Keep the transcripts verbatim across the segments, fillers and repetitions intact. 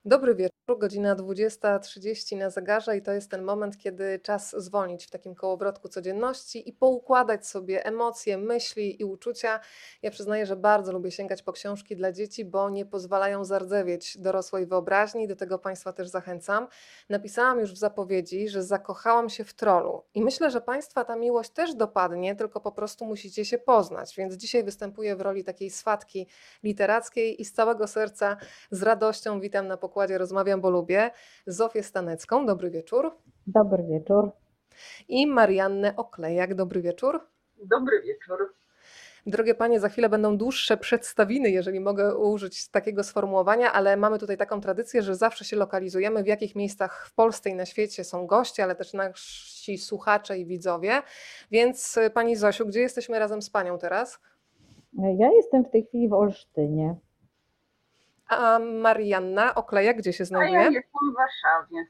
Dobry wieczór, godzina dwudziesta trzydzieści na zegarze i to jest ten moment, kiedy czas zwolnić w takim kołowrotku codzienności i poukładać sobie emocje, myśli i uczucia. Ja przyznaję, że bardzo lubię sięgać po książki dla dzieci, bo nie pozwalają zardzewieć dorosłej wyobraźni, do tego Państwa też zachęcam. Napisałam już w zapowiedzi, że zakochałam się w trollu i myślę, że Państwa ta miłość też dopadnie, tylko po prostu musicie się poznać, więc dzisiaj występuję w roli takiej swatki literackiej i z całego serca z radością witam na pokładzie Rozmawiam, bo lubię Zofię Stanecką, dobry wieczór, Dobry wieczór. i Mariannę Oklejak, dobry wieczór. Dobry wieczór. Drogie panie, za chwilę będą dłuższe przedstawiny, jeżeli mogę użyć takiego sformułowania, ale mamy tutaj taką tradycję, że zawsze się lokalizujemy, w jakich miejscach w Polsce i na świecie są goście, ale też nasi słuchacze i widzowie. Więc pani Zosiu, gdzie jesteśmy razem z panią teraz? Ja jestem w tej chwili w Olsztynie. A Marianna Oklejak gdzie się A znajduje? ja jestem w Warszawie.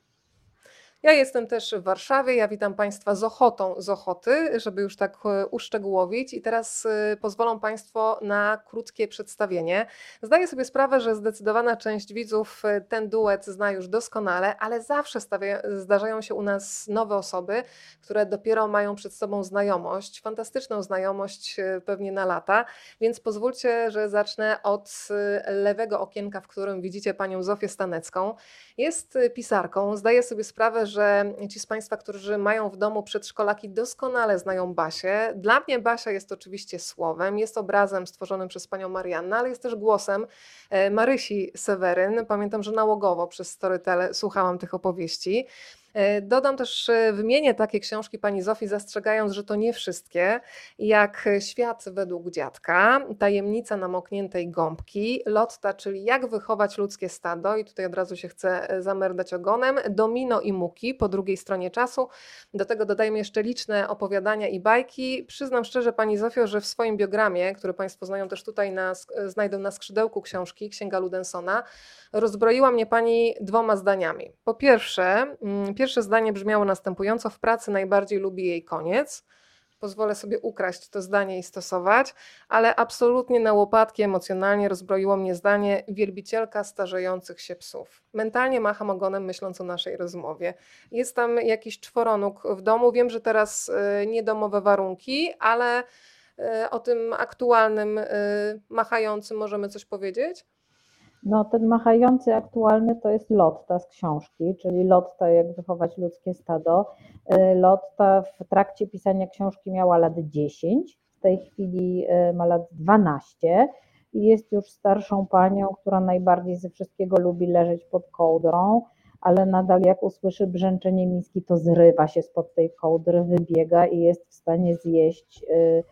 Ja jestem też w Warszawie, ja witam Państwa z ochotą z Ochoty, żeby już tak e, uszczegółowić i teraz e, pozwolą Państwo na krótkie przedstawienie. Zdaję sobie sprawę, że zdecydowana część widzów e, ten duet zna już doskonale, ale zawsze stawia, zdarzają się u nas nowe osoby, które dopiero mają przed sobą znajomość, fantastyczną znajomość e, pewnie na lata, więc pozwólcie, że zacznę od e, lewego okienka, w którym widzicie Panią Zofię Stanecką. Jest e, pisarką, zdaję sobie sprawę, że ci z Państwa, którzy mają w domu przedszkolaki, doskonale znają Basię. Dla mnie Basia jest oczywiście słowem, jest obrazem stworzonym przez panią Mariannę, ale jest też głosem e, Marysi Seweryn. Pamiętam, że nałogowo przez Storytel słuchałam tych opowieści. E, Dodam też, e, wymienię takie książki pani Zofii, zastrzegając, że to nie wszystkie, jak Świat według dziadka, Tajemnica namokniętej gąbki, Lotta, czyli Jak wychować ludzkie stado, i tutaj od razu się chcę e, zamerdać ogonem, Domino i Muki po drugiej stronie czasu. Do tego dodajmy jeszcze liczne opowiadania i bajki. Przyznam szczerze pani Zofio, że w swoim biogramie, który Państwo znają też tutaj, na, znajdą na skrzydełku książki Księga Ludensona, rozbroiła mnie pani dwoma zdaniami. Po pierwsze, mm, pierwsze zdanie brzmiało następująco: w pracy najbardziej lubi jej koniec. Pozwolę sobie ukraść to zdanie i stosować, ale absolutnie na łopatki emocjonalnie rozbroiło mnie zdanie: wielbicielka starzejących się psów. Mentalnie macham ogonem, myśląc o naszej rozmowie. Jest tam jakiś czworonóg w domu. Wiem, że teraz y, niedomowe warunki, ale y, o tym aktualnym y, machającym możemy coś powiedzieć? No, ten machający aktualny to jest Lotta z książki, czyli Lotta, jak wychować ludzkie stado. Y, Lotta w trakcie pisania książki miała lat dziesięć, w tej chwili y, ma lat dwanaście i jest już starszą panią, która najbardziej ze wszystkiego lubi leżeć pod kołdrą, ale nadal jak usłyszy brzęczenie miski, to zrywa się spod tej kołdry, wybiega i jest w stanie zjeść y,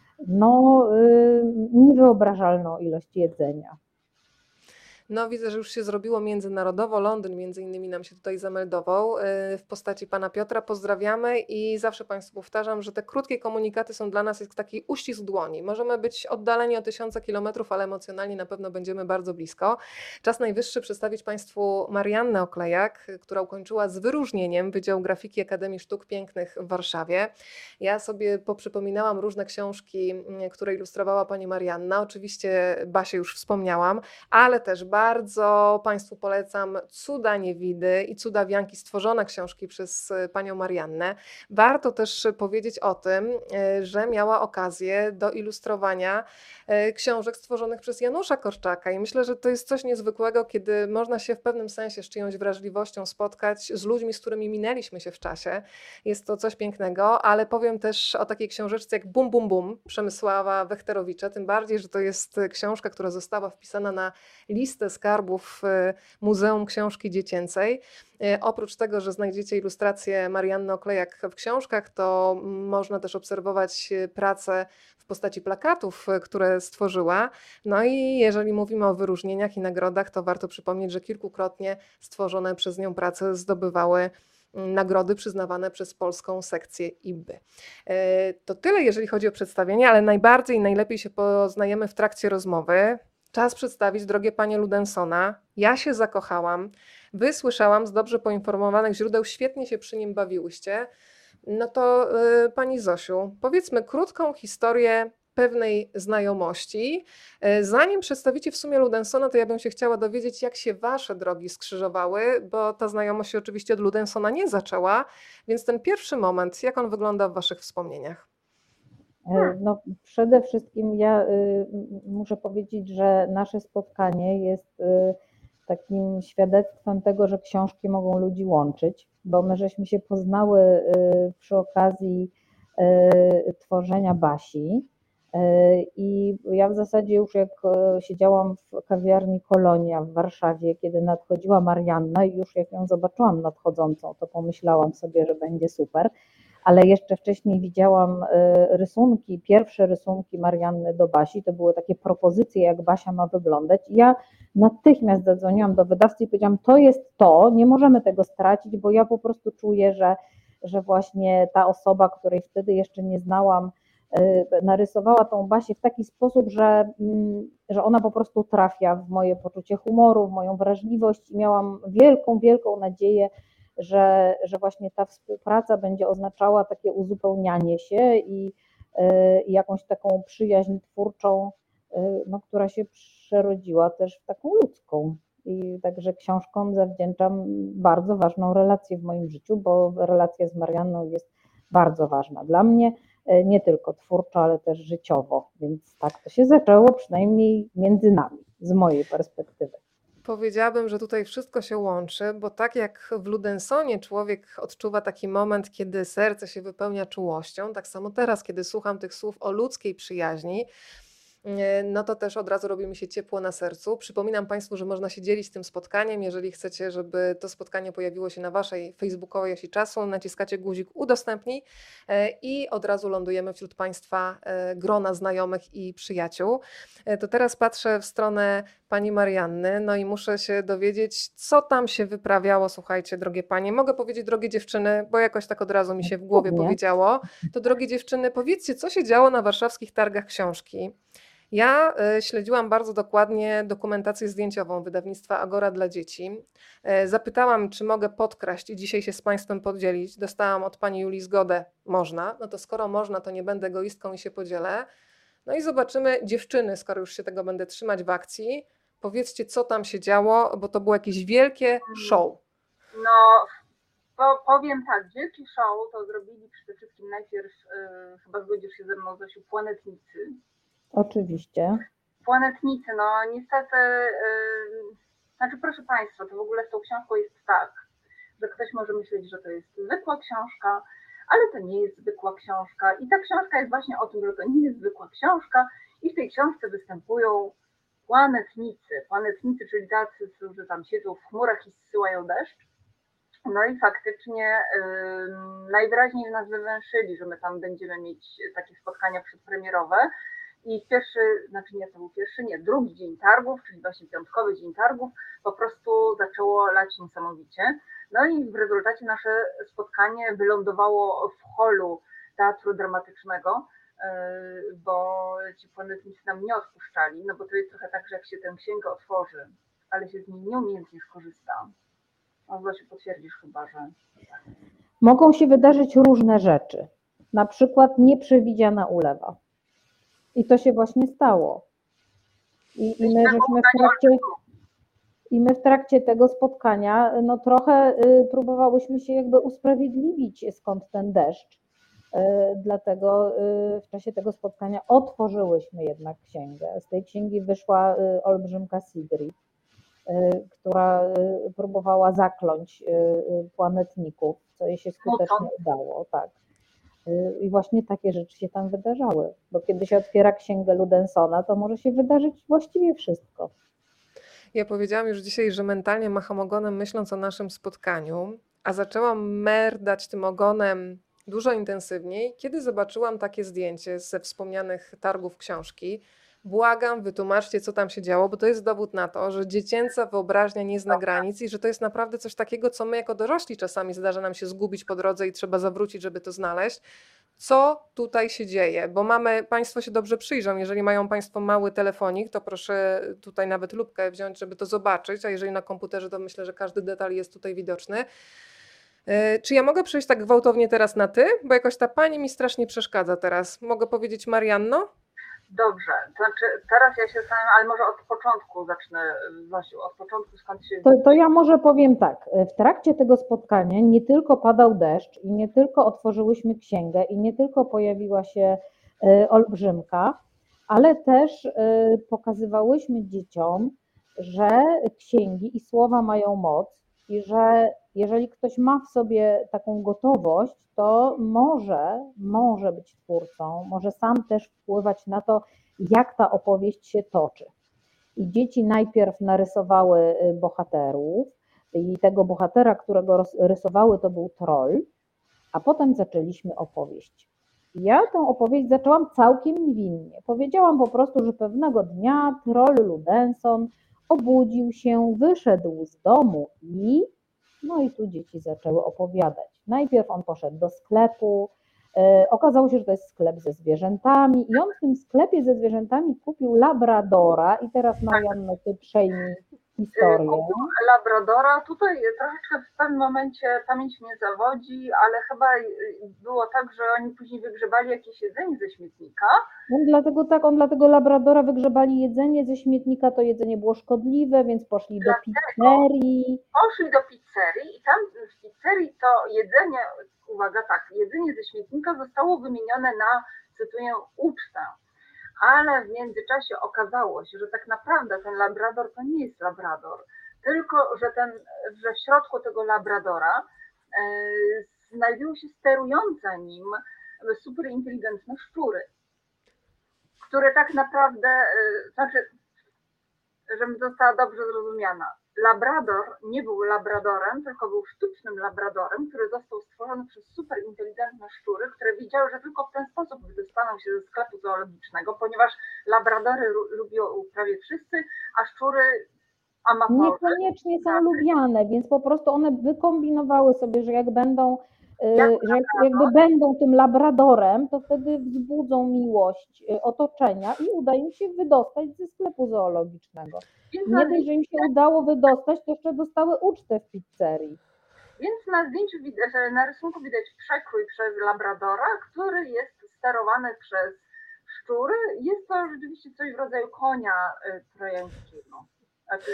no, y, niewyobrażalną ilość jedzenia. No, widzę, że już się zrobiło międzynarodowo. Londyn między innymi nam się tutaj zameldował yy, w postaci pana Piotra. Pozdrawiamy i zawsze Państwu powtarzam, że te krótkie komunikaty są dla nas jak taki uścisk dłoni. Możemy być oddaleni o tysiące kilometrów, ale emocjonalnie na pewno będziemy bardzo blisko. Czas najwyższy przedstawić Państwu Mariannę Oklejak, która ukończyła z wyróżnieniem Wydział Grafiki Akademii Sztuk Pięknych w Warszawie. Ja sobie poprzypominałam różne książki, mm, które ilustrowała pani Marianna. Oczywiście Basię już wspomniałam, ale też bardzo Państwu polecam Cuda Niewidy i Cuda Wianki, stworzone książki przez e, panią Mariannę. Warto też powiedzieć o tym, e, że miała okazję do ilustrowania e, książek stworzonych przez Janusza Korczaka i myślę, że to jest coś niezwykłego, kiedy można się w pewnym sensie z czyjąś wrażliwością spotkać, z ludźmi, z którymi minęliśmy się w czasie. Jest to coś pięknego, ale powiem też o takiej książeczce jak Bum Bum Bum Przemysława Wechterowicza, tym bardziej, że to jest książka, która została wpisana na listę skarbów y, Muzeum Książki Dziecięcej. Y, Oprócz tego, że znajdziecie ilustracje Marianny Oklejak w książkach, to można też obserwować y, pracę w postaci plakatów, y, które stworzyła. No i jeżeli mówimy o wyróżnieniach i nagrodach, to warto przypomnieć, że kilkukrotnie stworzone przez nią prace zdobywały nagrody przyznawane przez polską sekcję I B Y. E, To tyle, jeżeli chodzi o przedstawienie, ale najbardziej i najlepiej się poznajemy w trakcie rozmowy. Czas przedstawić, drogie panie Ludensona. Ja się zakochałam. Wy, słyszałam z dobrze poinformowanych źródeł, świetnie się przy nim bawiłyście. No to yy, pani Zosiu, powiedzmy krótką historię pewnej znajomości. E, Zanim przedstawicie w sumie Ludensona, to ja bym się chciała dowiedzieć, jak się wasze drogi skrzyżowały, bo ta znajomość się oczywiście od Ludensona nie zaczęła, więc ten pierwszy moment, jak on wygląda w waszych wspomnieniach? E, No, przede wszystkim ja y, muszę powiedzieć, że nasze spotkanie jest y, takim świadectwem tego, że książki mogą ludzi łączyć, bo my żeśmy się poznały y, przy okazji y, tworzenia Basi. Y, I ja w zasadzie już jak y, siedziałam w kawiarni Kolonia w Warszawie, kiedy nadchodziła Marianna i już jak ją zobaczyłam nadchodzącą, to pomyślałam sobie, że będzie super, ale jeszcze wcześniej widziałam y, rysunki, pierwsze rysunki Marianny do Basi, to były takie propozycje, jak Basia ma wyglądać. I ja natychmiast zadzwoniłam do wydawcy i powiedziałam, to jest to, nie możemy tego stracić, bo ja po prostu czuję, że, że właśnie ta osoba, której wtedy jeszcze nie znałam, y, narysowała tą Basię w taki sposób, że, mm, że ona po prostu trafia w moje poczucie humoru, w moją wrażliwość i miałam wielką, wielką nadzieję, że, że właśnie ta współpraca będzie oznaczała takie uzupełnianie się i, y, i jakąś taką przyjaźń twórczą, y, no, która się przerodziła też w taką ludzką. I także książkom zawdzięczam bardzo ważną relację w moim życiu, bo relacja z Marianną jest bardzo ważna dla mnie, y, nie tylko twórczo, ale też życiowo. Więc tak to się zaczęło, przynajmniej między nami, z mojej perspektywy. Powiedziałabym, że tutaj wszystko się łączy, bo tak jak w Ludensonie człowiek odczuwa taki moment, kiedy serce się wypełnia czułością, tak samo teraz, kiedy słucham tych słów o ludzkiej przyjaźni, e, no to też od razu robi mi się ciepło na sercu. Przypominam Państwu, że można się dzielić tym spotkaniem. Jeżeli chcecie, żeby to spotkanie pojawiło się na Waszej facebookowej osi czasu, naciskacie guzik udostępnij e, i od razu lądujemy wśród Państwa e, grona znajomych i przyjaciół. E, To teraz patrzę w stronę pani Marianny, no i muszę się dowiedzieć, co tam się wyprawiało. Słuchajcie, drogie panie, mogę powiedzieć drogie dziewczyny, bo jakoś tak od razu mi się w głowie Pewnie. powiedziało. To drogie dziewczyny, powiedzcie, co się działo na warszawskich targach książki. Ja e, śledziłam bardzo dokładnie dokumentację zdjęciową wydawnictwa Agora dla dzieci. E, Zapytałam, czy mogę podkraść i dzisiaj się z Państwem podzielić. Dostałam od pani Julii zgodę. Można. No to skoro można, to nie będę egoistką i się podzielę. No i zobaczymy, dziewczyny, skoro już się tego będę trzymać w akcji, powiedzcie, co tam się działo, bo to było jakieś wielkie show. No, po, powiem tak, wielki show to zrobili przede wszystkim najpierw, y, chyba zgodzisz się ze mną, Zosiu, Planetnicy. Oczywiście. Planetnicy, no niestety, y, znaczy proszę Państwa, to w ogóle z tą książką jest tak, że ktoś może myśleć, że to jest zwykła książka, ale to nie jest zwykła książka i ta książka jest właśnie o tym, że to nie jest zwykła książka i w tej książce występują planetnicy, planetnicy, czyli tacy, którzy tam siedzą w chmurach i zsyłają deszcz. No i faktycznie yy, najwyraźniej nas wywęszyli, że my tam będziemy mieć takie spotkania przedpremierowe. I pierwszy, znaczy nie, to był pierwszy, nie, drugi dzień targów, czyli właśnie piątkowy dzień targów, po prostu zaczęło lać niesamowicie. No i w rezultacie nasze spotkanie wylądowało w holu Teatru Dramatycznego, bo ci planetnicy nam nie odpuszczali, no bo to jest trochę tak, że jak się tę księgę otworzy, ale się z niej nieumiejętnie skorzysta, no właśnie potwierdzisz chyba, że Mogą się wydarzyć różne rzeczy, na przykład nieprzewidziana ulewa. I to się właśnie stało. I, i my żeśmy w trakcie, i my w trakcie tego spotkania no trochę y, próbowałyśmy się jakby usprawiedliwić, skąd ten deszcz. Y, dlatego y, w czasie tego spotkania otworzyłyśmy jednak księgę. Z tej księgi wyszła y, olbrzymka Sigrid, y, która y, próbowała zakląć y, y, planetników, co jej się skutecznie udało. Tak. I właśnie takie rzeczy się tam wydarzały, bo kiedy się otwiera księgę Ludensona, to może się wydarzyć właściwie wszystko. Ja powiedziałam już dzisiaj, że mentalnie macham ogonem, myśląc o naszym spotkaniu, a zaczęłam merdać tym ogonem dużo intensywniej, kiedy zobaczyłam takie zdjęcie ze wspomnianych targów książki. Błagam, wytłumaczcie, co tam się działo, bo to jest dowód na to, że dziecięca wyobraźnia nie zna granic i że to jest naprawdę coś takiego, co my jako dorośli czasami zdarza nam się zgubić po drodze i trzeba zawrócić, żeby to znaleźć. Co tutaj się dzieje? Bo mamy, Państwo się dobrze przyjrzą, jeżeli mają Państwo mały telefonik, to proszę tutaj nawet lupkę wziąć, żeby to zobaczyć, a jeżeli na komputerze, to myślę, że każdy detal jest tutaj widoczny. Yy, Czy ja mogę przejść tak gwałtownie teraz na ty? Bo jakoś ta pani mi strasznie przeszkadza teraz. Mogę powiedzieć Marianno? Dobrze, to znaczy teraz ja się zastanawiam, ale może od początku zacznę, Zosiu, od początku skąd się... To, to ja może powiem tak, w trakcie tego spotkania nie tylko padał deszcz i nie tylko otworzyłyśmy księgę i nie tylko pojawiła się e, olbrzymka, ale też e, pokazywałyśmy dzieciom, że księgi i słowa mają moc i że jeżeli ktoś ma w sobie taką gotowość, to może, może być twórcą, może sam też wpływać na to, jak ta opowieść się toczy. I dzieci najpierw narysowały bohaterów i tego bohatera, którego rysowały, to był troll, a potem zaczęliśmy opowieść. Ja tę opowieść zaczęłam całkiem niewinnie. Powiedziałam po prostu, że pewnego dnia troll Ludenson obudził się, wyszedł z domu i... No i tu dzieci zaczęły opowiadać. Najpierw on poszedł do sklepu, e, okazało się, że to jest sklep ze zwierzętami i on w tym sklepie ze zwierzętami kupił labradora i teraz Marianno, ty przejmij historię. Kupił labradora, tutaj troszeczkę w pewnym momencie pamięć mnie zawodzi, ale chyba było tak, że oni później wygrzebali jakieś jedzenie ze śmietnika. On dlatego tak, on dlatego labradora wygrzebali jedzenie ze śmietnika, to jedzenie było szkodliwe, więc poszli do pizzerii. Poszli do pizzerii i tam w pizzerii to jedzenie, uwaga tak, jedzenie ze śmietnika zostało wymienione na, cytuję, ucztę. Ale w międzyczasie okazało się, że tak naprawdę ten labrador to nie jest labrador, tylko że, ten, że w środku tego labradora e, znajdują się sterujące nim superinteligentne szczury, które tak naprawdę, e, znaczy, żebym została dobrze zrozumiana, labrador nie był labradorem, tylko był sztucznym labradorem, który został stworzony przez superinteligentne szczury, które wiedziały, że tylko w ten sposób wydostaną się ze sklepu zoologicznego, ponieważ labradory lubią prawie wszyscy, a szczury amatorzy. Niekoniecznie są lubiane, więc po prostu one wykombinowały sobie, że jak będą, Jak że jak, jakby będą tym labradorem, to wtedy wzbudzą miłość otoczenia i uda im się wydostać ze sklepu zoologicznego. Nie dość, że im się udało wydostać, to jeszcze dostały ucztę w pizzerii. Więc na zdjęciu widać, że na rysunku widać przekrój przez labradora, który jest sterowany przez szczury. Jest to rzeczywiście coś w rodzaju konia trojańskiego. Znaczy,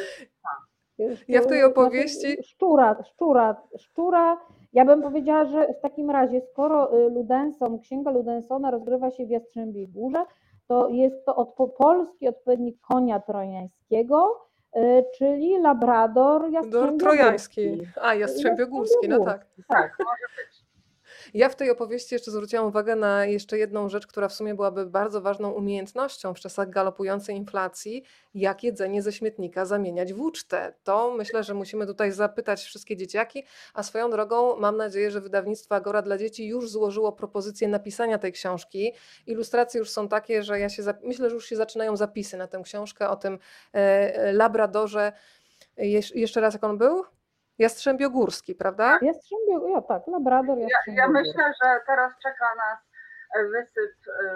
ja w tej opowieści... Szczura, szczura, szczura. Ja bym powiedziała, że w takim razie, skoro Ludenson, księga Ludensona rozgrywa się w Jastrzębiej Górze, to jest to od, polski odpowiednik konia trojańskiego, czyli labrador jastrzębiogórski. A, jastrzębiogórski, no tak. Tak, może być. Ja w tej opowieści jeszcze zwróciłam uwagę na jeszcze jedną rzecz, która w sumie byłaby bardzo ważną umiejętnością w czasach galopującej inflacji, jak jedzenie ze śmietnika zamieniać w ucztę. To myślę, że musimy tutaj zapytać wszystkie dzieciaki, a swoją drogą mam nadzieję, że wydawnictwo Agora dla dzieci już złożyło propozycję napisania tej książki. Ilustracje już są takie, że ja się myślę, że już się zaczynają zapisy na tę książkę o tym e, labradorze. Jesz jeszcze raz, jak on był? Jastrzębiogórski, prawda? Jastrzębio, ja tak, labrador jastrzębiogórski. Ja, ja myślę, że teraz czeka nas wysyp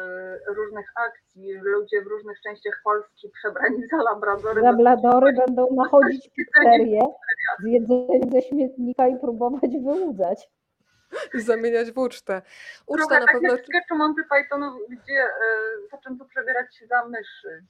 y, różnych akcji. Ludzie w różnych częściach Polski przebrani za labradory. Labladory będą nachodzić pizzerię z jedzeniem ze śmietnika i próbować wyłudzać. I zamieniać w ucztę. Uczta Trochę na tak pewno... jak w sketchu Monty Pythonu, gdzie y, zaczęto przebierać się za myszy.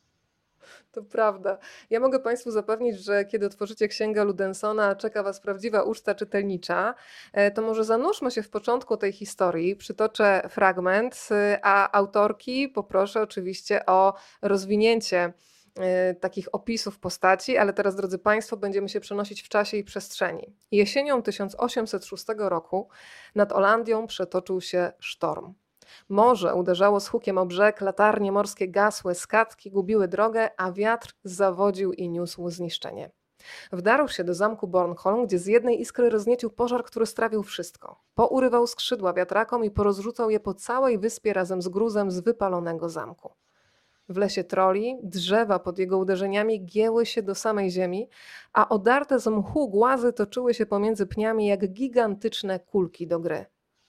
To prawda. Ja mogę Państwu zapewnić, że kiedy otworzycie księgę Ludensona, czeka Was prawdziwa uczta czytelnicza, to może zanurzmy się w początku tej historii. Przytoczę fragment, a autorki poproszę oczywiście o rozwinięcie takich opisów postaci, ale teraz, drodzy Państwo, będziemy się przenosić w czasie i przestrzeni. Jesienią tysiąc osiemset szóstego roku nad Olandią przetoczył się sztorm. Morze uderzało z hukiem o brzeg, latarnie morskie gasły, skatki gubiły drogę, a wiatr zawodził i niósł zniszczenie. Wdarł się do zamku Bornholm, gdzie z jednej iskry rozniecił pożar, który strawił wszystko. Pourywał skrzydła wiatrakom i porozrzucał je po całej wyspie razem z gruzem z wypalonego zamku. W lesie troli drzewa pod jego uderzeniami gięły się do samej ziemi, a odarte z mchu głazy toczyły się pomiędzy pniami jak gigantyczne kulki do gry.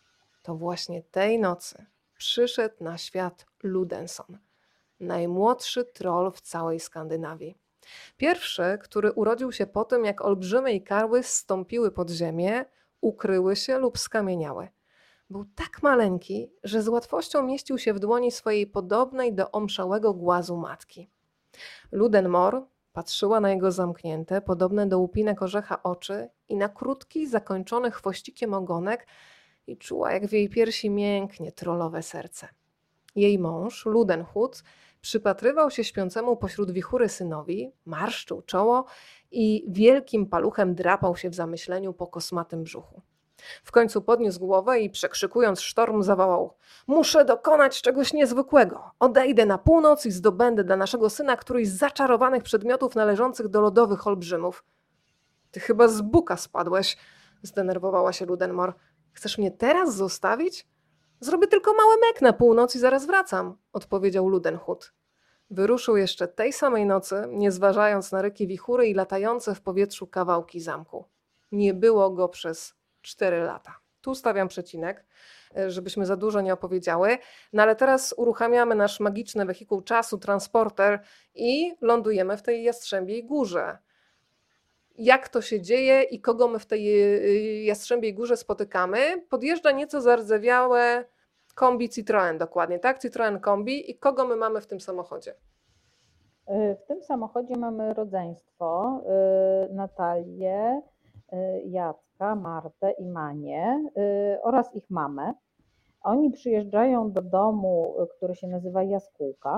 To właśnie tej nocy przyszedł na świat Ludenson, najmłodszy troll w całej Skandynawii. Pierwszy, który urodził się po tym, jak olbrzyme karły zstąpiły pod ziemię, ukryły się lub skamieniały. Był tak maleńki, że z łatwością mieścił się w dłoni swojej podobnej do omszałego głazu matki. Ludenmor patrzyła na jego zamknięte, podobne do łupinek orzecha oczy i na krótki, zakończony chwościkiem ogonek i czuła, jak w jej piersi mięknie trollowe serce. Jej mąż, Ludenhut, przypatrywał się śpiącemu pośród wichury synowi, marszczył czoło i wielkim paluchem drapał się w zamyśleniu po kosmatym brzuchu. W końcu podniósł głowę i przekrzykując sztorm zawołał: muszę dokonać czegoś niezwykłego. Odejdę na północ i zdobędę dla naszego syna któryś z zaczarowanych przedmiotów należących do lodowych olbrzymów. Ty chyba z buka spadłeś, zdenerwowała się Ludenmor. Chcesz mnie teraz zostawić? Zrobię tylko mały mek na północ i zaraz wracam, odpowiedział Ludenhut. Wyruszył jeszcze tej samej nocy, nie zważając na ryki wichury i latające w powietrzu kawałki zamku. Nie było go przez cztery lata. Tu stawiam przecinek, żebyśmy za dużo nie opowiedziały, no ale teraz uruchamiamy nasz magiczny wehikuł czasu, transporter i lądujemy w tej Jastrzębiej Górze. Jak to się dzieje i kogo my w tej Jastrzębiej Górze spotykamy? Podjeżdża nieco zardzewiałe kombi Citroën dokładnie, tak? Citroën kombi i kogo my mamy w tym samochodzie? W tym samochodzie mamy rodzeństwo, Natalię, Jacka, Martę i Manię oraz ich mamę. Oni przyjeżdżają do domu, który się nazywa Jaskółka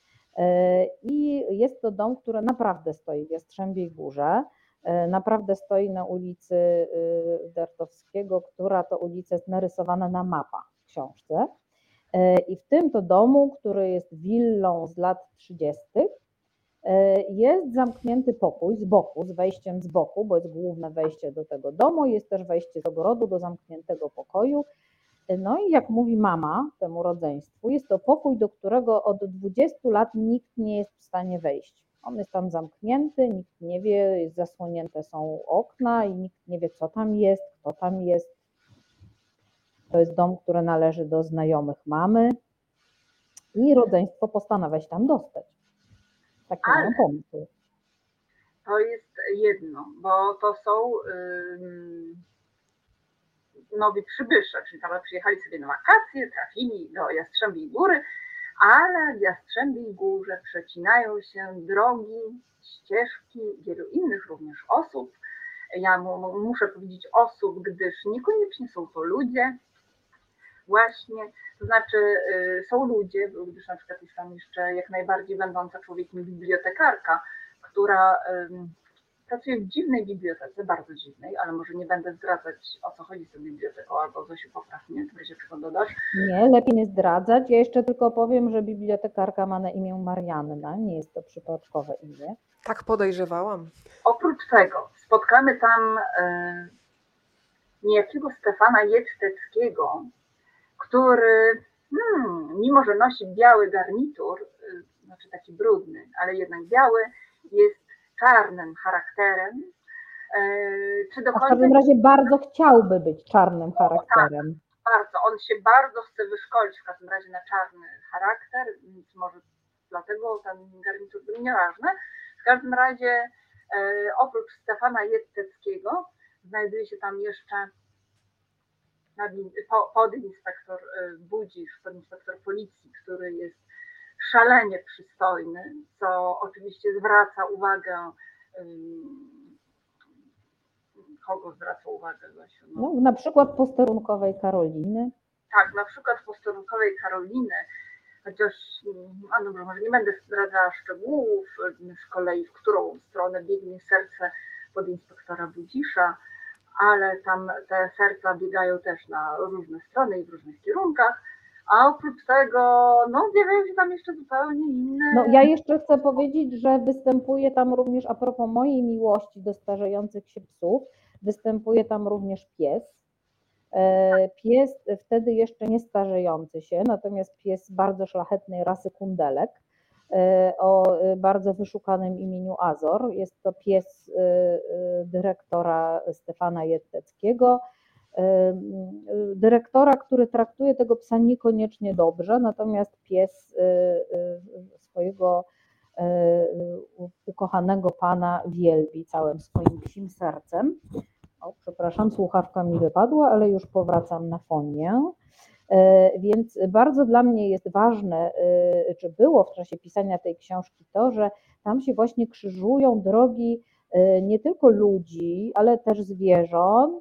i jest to dom, który naprawdę stoi w Jastrzębiej Górze. Naprawdę stoi na ulicy Dertowskiego, która to ulica jest narysowana na mapach w książce. I w tym to domu, który jest willą z lat trzydziestych, jest zamknięty pokój z boku, z wejściem z boku, bo jest główne wejście do tego domu, jest też wejście z ogrodu do zamkniętego pokoju. No i jak mówi mama temu rodzeństwu, jest to pokój, do którego od dwudziestu lat nikt nie jest w stanie wejść. On jest tam zamknięty, nikt nie wie, zasłonięte są okna i nikt nie wie, co tam jest, kto tam jest. To jest dom, który należy do znajomych mamy i rodzeństwo postanawia się tam dostać. Taki mają pomysł. To jest jedno, bo to są yy, nowi przybysze, czyli tam przyjechali sobie na wakacje, trafili do Jastrzębiej Góry, ale w Jastrzębiej Górze przecinają się drogi, ścieżki wielu innych również osób. Ja mu, muszę powiedzieć osób, gdyż niekoniecznie są to ludzie, właśnie, to znaczy y, są ludzie, gdyż na przykład jest tam jeszcze jak najbardziej będąca człowiekiem bibliotekarka, która y, pracuje w dziwnej bibliotece, bardzo dziwnej, ale może nie będę zdradzać, o co chodzi z tą biblioteką, albo Zosiu popraw mnie, w razie czego dodasz. Nie, lepiej nie zdradzać. Ja jeszcze tylko powiem, że bibliotekarka ma na imię Marianna, nie jest to przypadkowe imię. Tak podejrzewałam. Oprócz tego spotkamy tam y, niejakiego Stefana Jetteckiego, który hmm, mimo, że nosi biały garnitur, y, znaczy taki brudny, ale jednak biały, jest czarnym charakterem. Y, czy do końca... W każdym razie bardzo chciałby być czarnym charakterem. Tak, bardzo. On się bardzo chce wyszkolić w każdym razie na czarny charakter, więc może dlatego ten garnitur był nieważny. W każdym razie y, oprócz Stefana Jetteckiego znajduje się tam jeszcze podinspektor Budzisz, podinspektor policji, który jest szalenie przystojny, co oczywiście zwraca uwagę, kogo zwraca uwagę, Zosiu? No, na przykład posterunkowej Karoliny. Tak, na przykład posterunkowej Karoliny, chociaż a dobrze, może nie będę zdradzała szczegółów, z kolei w którą stronę biegnie serce podinspektora Budzisza, ale tam te serca biegają też na różne strony i w różnych kierunkach, a oprócz tego, no zjawiają się tam jeszcze zupełnie inne... No ja jeszcze chcę powiedzieć, że występuje tam również, a propos mojej miłości do starzejących się psów, występuje tam również pies. Pies wtedy jeszcze nie starzejący się, natomiast pies bardzo szlachetnej rasy kundelek, o bardzo wyszukanym imieniu Azor. Jest to pies dyrektora Stefana Jetteckiego, dyrektora, który traktuje tego psa niekoniecznie dobrze, natomiast pies swojego ukochanego pana wielbi całym swoim psim sercem. O, przepraszam, słuchawka mi wypadła, ale już powracam na fonię. Więc bardzo dla mnie jest ważne, czy było w czasie pisania tej książki to, że tam się właśnie krzyżują drogi nie tylko ludzi, ale też zwierząt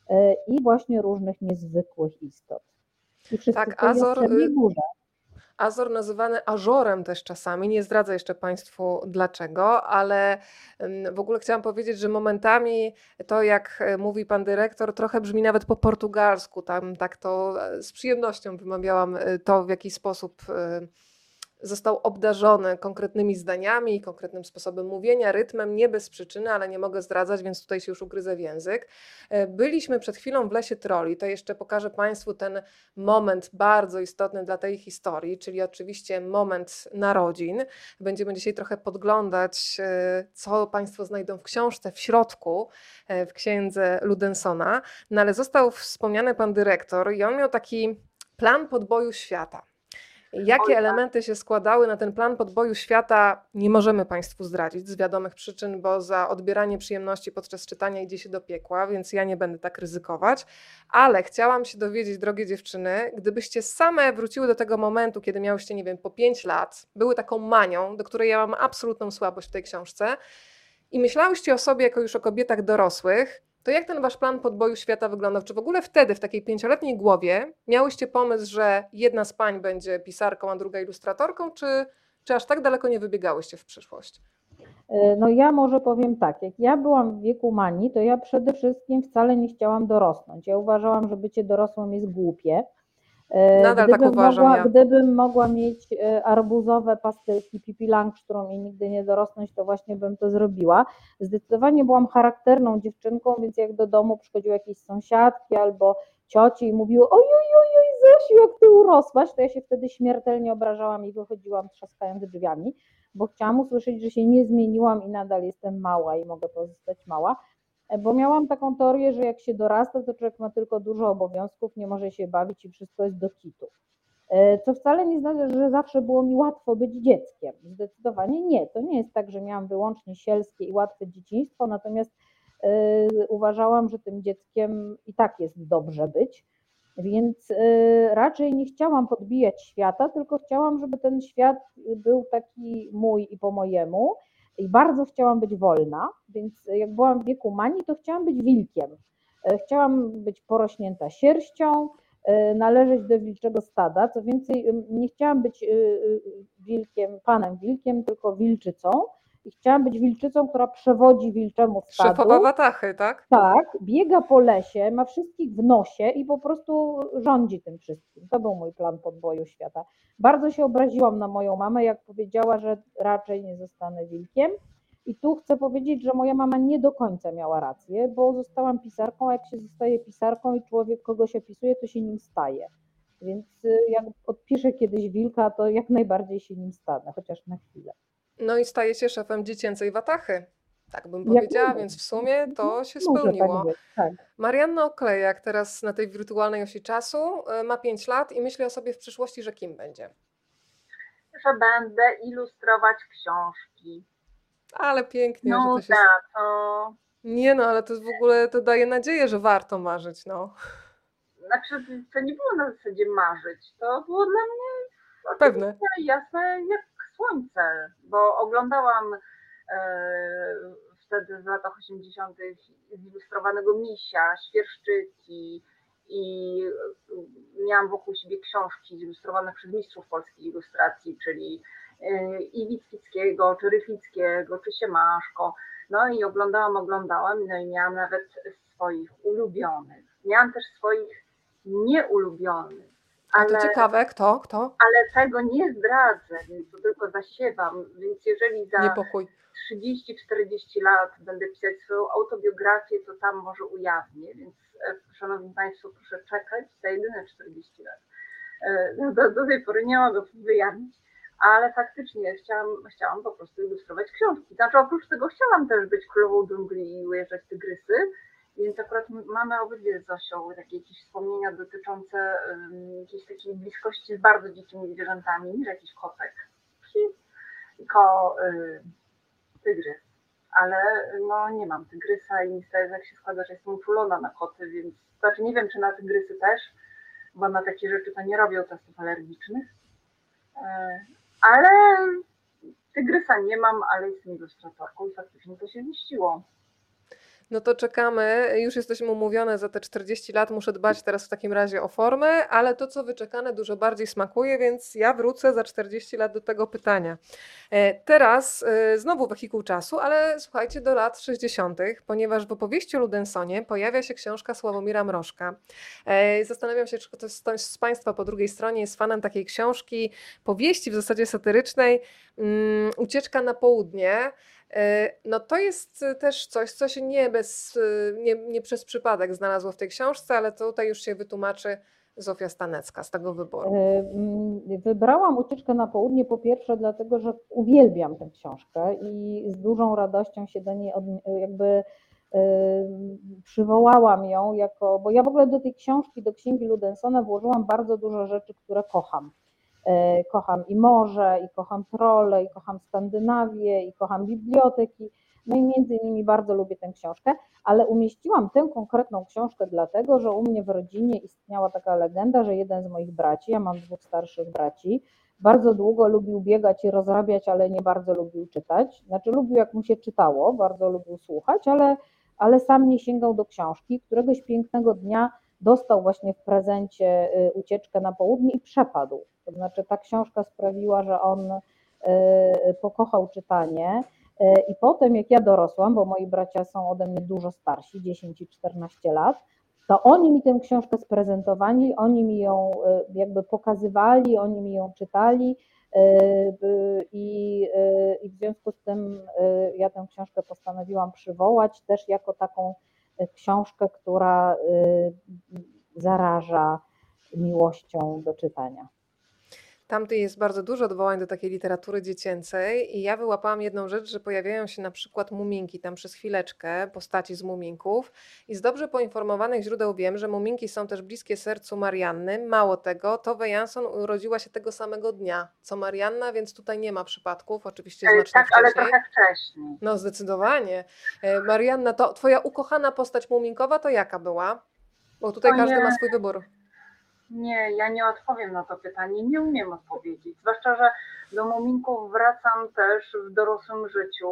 i właśnie różnych niezwykłych istot. I wszystko Tak, to jest w Azor, Czarnej y, Górze. Azor nazywany Azorem też czasami, nie zdradzę jeszcze Państwu dlaczego, ale ym, w ogóle chciałam powiedzieć, że momentami to, jak e, mówi pan dyrektor, trochę brzmi nawet po portugalsku. Tam tak to e, z przyjemnością wymawiałam e, to, w jaki sposób e, został obdarzony konkretnymi zdaniami, konkretnym sposobem mówienia, rytmem, nie bez przyczyny, ale nie mogę zdradzać, więc tutaj się już ugryzę w język. E, Byliśmy przed chwilą w Lesie Troli, to jeszcze pokażę Państwu ten moment bardzo istotny dla tej historii, czyli oczywiście moment narodzin. Będziemy dzisiaj trochę podglądać, e, co Państwo znajdą w książce, w środku, e, w księdze Ludensona, no ale został wspomniany pan dyrektor i on miał taki plan podboju świata. Jakie Oj, tak. elementy się składały na ten plan podboju świata, nie możemy Państwu zdradzić z wiadomych przyczyn, bo za odbieranie przyjemności podczas czytania idzie się do piekła, więc ja nie będę tak ryzykować. Ale chciałam się dowiedzieć, drogie dziewczyny, gdybyście same wróciły do tego momentu, kiedy miałyście, nie wiem, po pięć lat, były taką manią, do której ja mam absolutną słabość w tej książce i myślałyście o sobie jako już o kobietach dorosłych, to jak ten wasz plan podboju świata wyglądał? Czy w ogóle wtedy, w takiej pięcioletniej głowie, miałyście pomysł, że jedna z pań będzie pisarką, a druga ilustratorką, czy, czy aż tak daleko nie wybiegałyście w przyszłość? No ja może powiem tak, jak ja byłam w wieku Mani, to ja przede wszystkim wcale nie chciałam dorosnąć. Ja uważałam, że bycie dorosłym jest głupie. Nadal tak Gdybym uważam mogła, ja. gdybym mogła mieć arbuzowe pastelki Pippi Langström i nigdy nie dorosnąć, to właśnie bym to zrobiła. Zdecydowanie byłam charakterną dziewczynką, więc jak do domu przychodziły jakieś sąsiadki albo cioci i mówiły: oj, oj, oj, oj, Zosiu, jak ty urosłaś, to ja się wtedy śmiertelnie obrażałam i wychodziłam trzaskając drzwiami, bo chciałam usłyszeć, że się nie zmieniłam i nadal jestem mała i mogę pozostać mała. Bo miałam taką teorię, że jak się dorasta, to człowiek ma tylko dużo obowiązków, nie może się bawić i wszystko jest do kitu. Co wcale nie znaczy, że zawsze było mi łatwo być dzieckiem. Zdecydowanie nie. To nie jest tak, że miałam wyłącznie sielskie i łatwe dzieciństwo, natomiast yy, uważałam, że tym dzieckiem i tak jest dobrze być. Więc yy, raczej nie chciałam podbijać świata, tylko chciałam, żeby ten świat był taki mój i po mojemu. I bardzo chciałam być wolna, więc jak byłam w wieku Mani, to chciałam być wilkiem. Chciałam być porośnięta sierścią, należeć do wilczego stada. Co więcej, nie chciałam być wilkiem, panem wilkiem, tylko wilczycą. I chciałam być wilczycą, która przewodzi wilczemu stadu. Szefowa Watachy, tak? Tak, biega po lesie, ma wszystkich w nosie i po prostu rządzi tym wszystkim. To był mój plan podboju świata. Bardzo się obraziłam na moją mamę, jak powiedziała, że raczej nie zostanę wilkiem. I tu chcę powiedzieć, że moja mama nie do końca miała rację, bo zostałam pisarką, a jak się zostaje pisarką i człowiek kogoś opisuje, to się nim staje. Więc jak odpiszę kiedyś wilka, to jak najbardziej się nim stanę, chociaż na chwilę. No i staje się szefem dziecięcej Watachy. Tak bym Jak powiedziała, najbardziej. więc w sumie to się Może spełniło. tak być, tak. Marianna Oklejak teraz na tej wirtualnej osi czasu y, ma pięć lat i myśli o sobie w przyszłości, że kim będzie. Że będę ilustrować książki. Ale pięknie, że No to się... tak, to... Nie no, ale to w ogóle to daje nadzieję, że warto marzyć, no. Znaczy, to nie było na zasadzie marzyć, to było dla mnie Pewne. jasne jak słońce, bo oglądałam e, wtedy w latach osiemdziesiątych zilustrowanego Misia, Świerszczyki i miałam wokół siebie książki zilustrowane przez mistrzów polskiej ilustracji, czyli e, i Witwickiego, czy Rychlickiego, czy Siemaszko. No i oglądałam, oglądałam, no i miałam nawet swoich ulubionych. Miałam też swoich nieulubionych. A Ale, to ciekawe, kto? Kto? ale tego nie zdradzę, więc to tylko zasiewam. Więc jeżeli za Niepokój. trzydzieści czterdzieści lat będę pisać swoją autobiografię, to tam może ujawnię. Więc szanowni Państwo, proszę czekać za jedyne czterdzieści lat. Do, do tej pory nie mogę wyjawnić, ale faktycznie chciałam, chciałam po prostu ilustrować książki. Znaczy oprócz tego chciałam też być królową dżungli i ujeżdżać tygrysy. Więc akurat mamy obydwie z Zosią takie jakieś wspomnienia dotyczące um, jakiejś takiej bliskości z bardzo dzikimi zwierzętami, niż jakiś kotek, tylko y, tygrys. Ale no nie mam tygrysa i niestety jak się składa, że jestem uczulona na koty, więc znaczy nie wiem, czy na tygrysy też, bo na takie rzeczy to nie robią testów alergicznych. Ale tygrysa nie mam, ale jestem ilustratorką i faktycznie to się ziściło. No to czekamy, już jesteśmy umówione za te czterdzieści lat, muszę dbać teraz w takim razie o formę, ale to co wyczekane dużo bardziej smakuje, więc ja wrócę za czterdzieści lat do tego pytania. Teraz znowu wehikuł czasu, ale słuchajcie, do lat sześćdziesiątych, ponieważ w opowieści o Ludensonie pojawia się książka Sławomira Mrożka. Zastanawiam się, czy ktoś z Państwa po drugiej stronie jest fanem takiej książki, powieści w zasadzie satyrycznej, um, Ucieczka na południe. No to jest też coś, co się nie, bez, nie, nie przez przypadek znalazło w tej książce, ale tutaj już się wytłumaczy Zofia Stanecka z tego wyboru. Wybrałam Ucieczkę na południe po pierwsze dlatego, że uwielbiam tę książkę i z dużą radością się do niej od, jakby przywołałam ją, jako, bo ja w ogóle do tej książki, do księgi Ludensona włożyłam bardzo dużo rzeczy, które kocham. Kocham i morze, i kocham trolle, i kocham Skandynawię, i kocham biblioteki. No i między innymi bardzo lubię tę książkę, ale umieściłam tę konkretną książkę dlatego, że u mnie w rodzinie istniała taka legenda, że jeden z moich braci, ja mam dwóch starszych braci, bardzo długo lubił biegać i rozrabiać, ale nie bardzo lubił czytać. Znaczy lubił, jak mu się czytało, bardzo lubił słuchać, ale, ale sam nie sięgał do książki. Któregoś pięknego dnia dostał właśnie w prezencie Ucieczkę na południe i przepadł. To znaczy ta książka sprawiła, że on pokochał czytanie i potem jak ja dorosłam, bo moi bracia są ode mnie dużo starsi, dziesięć i czternaście lat, to oni mi tę książkę sprezentowali, oni mi ją jakby pokazywali, oni mi ją czytali i, i w związku z tym ja tę książkę postanowiłam przywołać też jako taką książkę, która zaraża miłością do czytania. Tam jest bardzo dużo odwołań do takiej literatury dziecięcej i ja wyłapałam jedną rzecz, że pojawiają się na przykład muminki, tam przez chwileczkę postaci z muminków i z dobrze poinformowanych źródeł wiem, że muminki są też bliskie sercu Marianny. Mało tego, Tove Jansson urodziła się tego samego dnia co Marianna, więc tutaj nie ma przypadków, oczywiście znacznie tak, wcześniej. ale trochę wcześniej. No zdecydowanie. Marianna, to twoja ukochana postać muminkowa to jaka była? Bo tutaj o każdy nie. ma swój wybór. Nie, ja nie odpowiem na to pytanie, nie umiem odpowiedzieć. Zwłaszcza, że do muminków wracam też w dorosłym życiu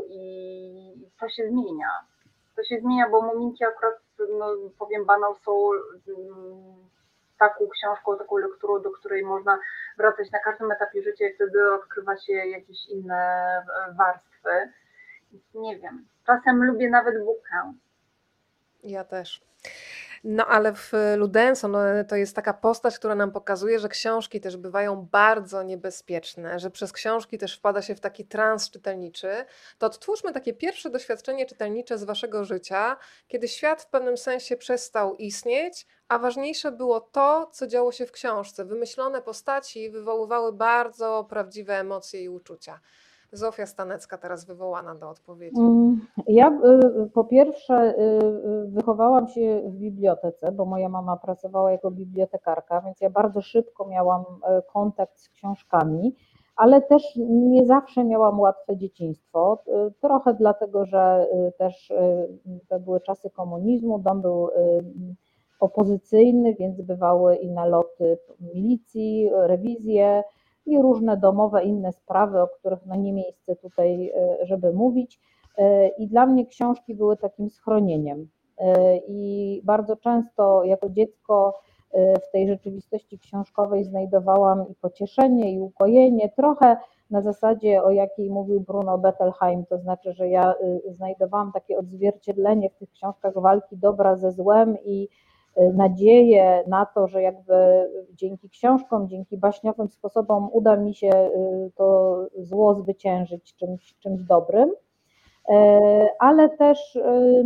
i to się zmienia. To się zmienia, bo muminki akurat, no, powiem banał, są taką książką, taką lekturą, do której można wracać na każdym etapie życia i wtedy odkrywa się jakieś inne warstwy. Nie wiem, czasem lubię nawet bukę. Ja też. No ale w Ludenson to jest taka postać, która nam pokazuje, że książki też bywają bardzo niebezpieczne, że przez książki też wpada się w taki trans czytelniczy. To odtwórzmy takie pierwsze doświadczenie czytelnicze z waszego życia, kiedy świat w pewnym sensie przestał istnieć, a ważniejsze było to, co działo się w książce. Wymyślone postaci wywoływały bardzo prawdziwe emocje i uczucia. Zofia Stanecka teraz wywołana do odpowiedzi. Ja po pierwsze wychowałam się w bibliotece, bo moja mama pracowała jako bibliotekarka, więc ja bardzo szybko miałam kontakt z książkami, ale też nie zawsze miałam łatwe dzieciństwo. Trochę dlatego, że też to były czasy komunizmu, dom był opozycyjny, więc bywały i naloty milicji, rewizje i różne domowe, inne sprawy, o których no nie miejsce tutaj, żeby mówić. I dla mnie książki były takim schronieniem. I bardzo często jako dziecko w tej rzeczywistości książkowej znajdowałam i pocieszenie, i ukojenie, trochę na zasadzie, o jakiej mówił Bruno Bettelheim, to znaczy, że ja znajdowałam takie odzwierciedlenie w tych książkach walki dobra ze złem i nadzieję na to, że jakby dzięki książkom, dzięki baśniowym sposobom uda mi się to zło zwyciężyć czymś, czymś dobrym, ale też,